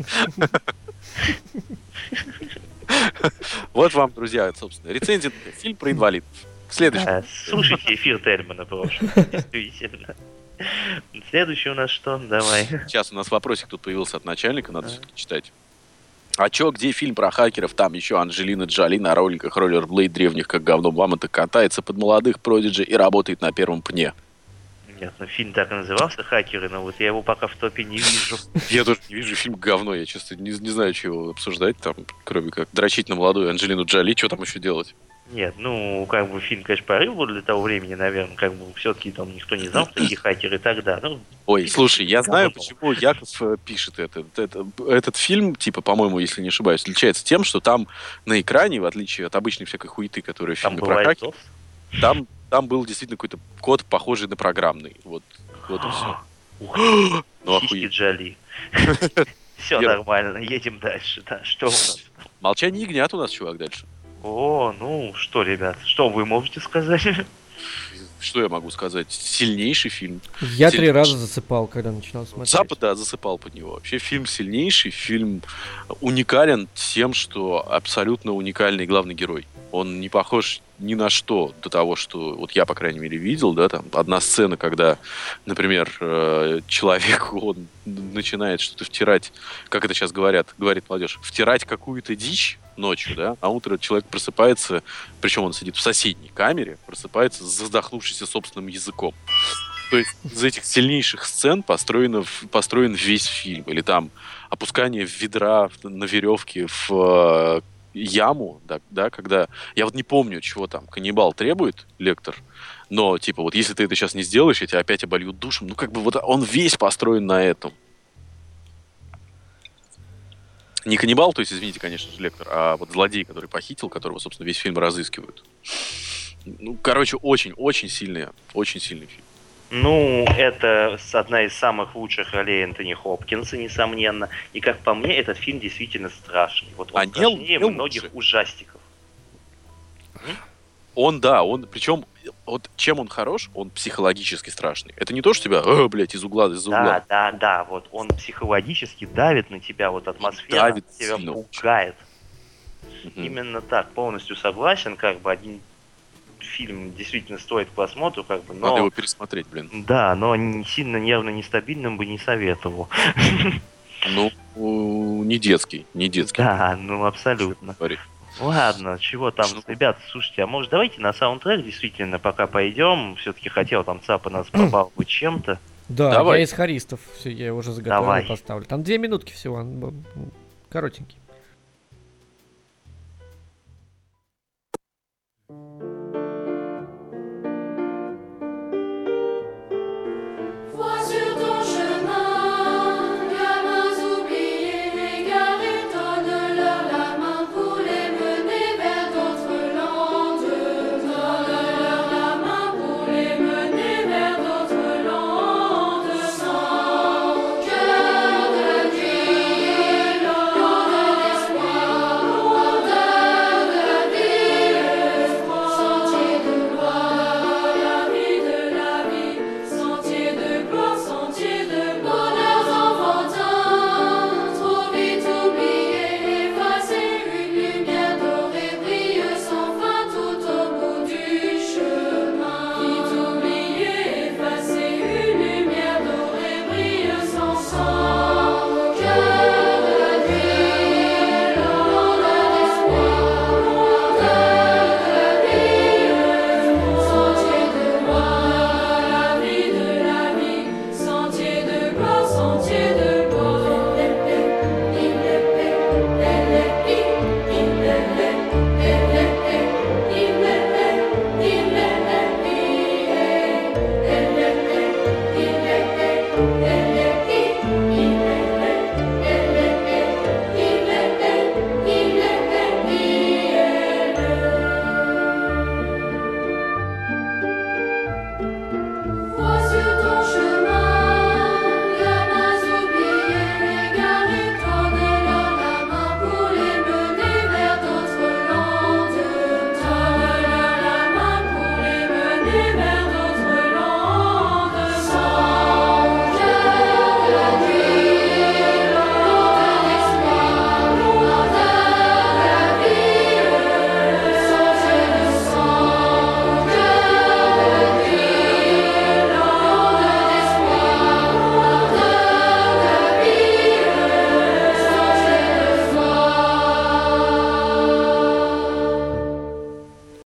Вот вам, друзья, собственно, рецензия на фильм про инвалидов. Следующий. Да, слушайте эфир Тельмана прошлый, действительно. Следующий у нас что? Давай. Сейчас у нас вопросик тут появился от начальника, надо все-таки читать. А чё, где фильм про хакеров? Там еще Анджелина Джоли на роликах роллерблейд древних, как говно мамонта, катается под молодых продиджи и работает на первом пне. Нет, ну фильм так и назывался «Хакеры», но вот я его пока в топе не вижу. Я тоже не вижу фильм говно, я честно не, не знаю, чего обсуждать там, кроме как дрочить на молодую Анджелину Джоли, что там еще делать? Нет, ну, как бы фильм, конечно, порыв был для того времени, наверное, как бы все-таки там никто не знал, кто такие хакеры тогда. Ну, Ой, фильм слушай, я знаю, говно. почему Яков э, пишет это. Это- Этот фильм, типа, по-моему, если не ошибаюсь, отличается тем, что там на экране, в отличие от обычной всякой хуеты, которая в Там фильме про бывает хакеров, ЗОС. там, там был действительно какой-то код, похожий на программный. Вот, вот и все. Ух, Ну, сиськи охуеть. Джоли. Все Вера. нормально, едем дальше. Да, что у нас? Молчание ягнят у нас, чувак, дальше. О, ну что, ребят, что вы можете сказать? Что я могу сказать? Сильнейший фильм. Я три Сильнейший. раза засыпал, когда начинал смотреть. Запад, да, засыпал под него. Вообще фильм сильнейший, фильм уникален тем, что абсолютно уникальный главный герой. Он не похож ни на что до того, что вот я, по крайней мере, видел, да, там одна сцена, когда, например, э, человек, он начинает что-то втирать, как это сейчас говорят, говорит молодежь, втирать какую-то дичь ночью, да, а утро человек просыпается, причем он сидит в соседней камере, просыпается задохнувшийся собственным языком. То есть из этих сильнейших сцен построено, в- построен весь фильм. Или там опускание ведра в- на веревке в э, яму, да, да, когда... Я вот не помню, чего там каннибал требует, лектор, но, типа, вот если ты это сейчас не сделаешь, я тебя опять оболью душем. Ну, как бы вот он весь построен на этом. Не каннибал, то есть, извините, конечно же, лектор, а вот злодей, который похитил, которого, собственно, весь фильм разыскивают. Ну, короче, очень-очень сильный, очень сильный фильм. Ну, это с- одна из самых лучших ролей Энтони Хопкинса, несомненно. И как по мне, этот фильм действительно страшный. Вот он А не л- страшнее не многих лучше. ужастиков. Он, да, он, причем, вот чем он хорош, он психологически страшный. Это не то, что тебя, э, блядь, из угла, из угла. Да, да, да, вот он психологически давит на тебя, вот атмосфера Давит тебя сильно. пугает. Мгм. Именно так, полностью согласен, как бы один фильм действительно стоит к просмотру, как бы, Надо его но... пересмотреть, блин. Да, но не сильно нервно нестабильным бы не советовал. Ну, у- не детский, не детский. Да, ну абсолютно. Говори. Ладно, чего там, Что? ребята, слушайте, а может давайте на саундтрек действительно пока пойдем, все-таки хотел там Цапа нас побаловать чем-то. Да, Давай. я из харистов. Все, я его уже заготовил, Давай. поставлю. Там две минутки всего, он, м, коротенький.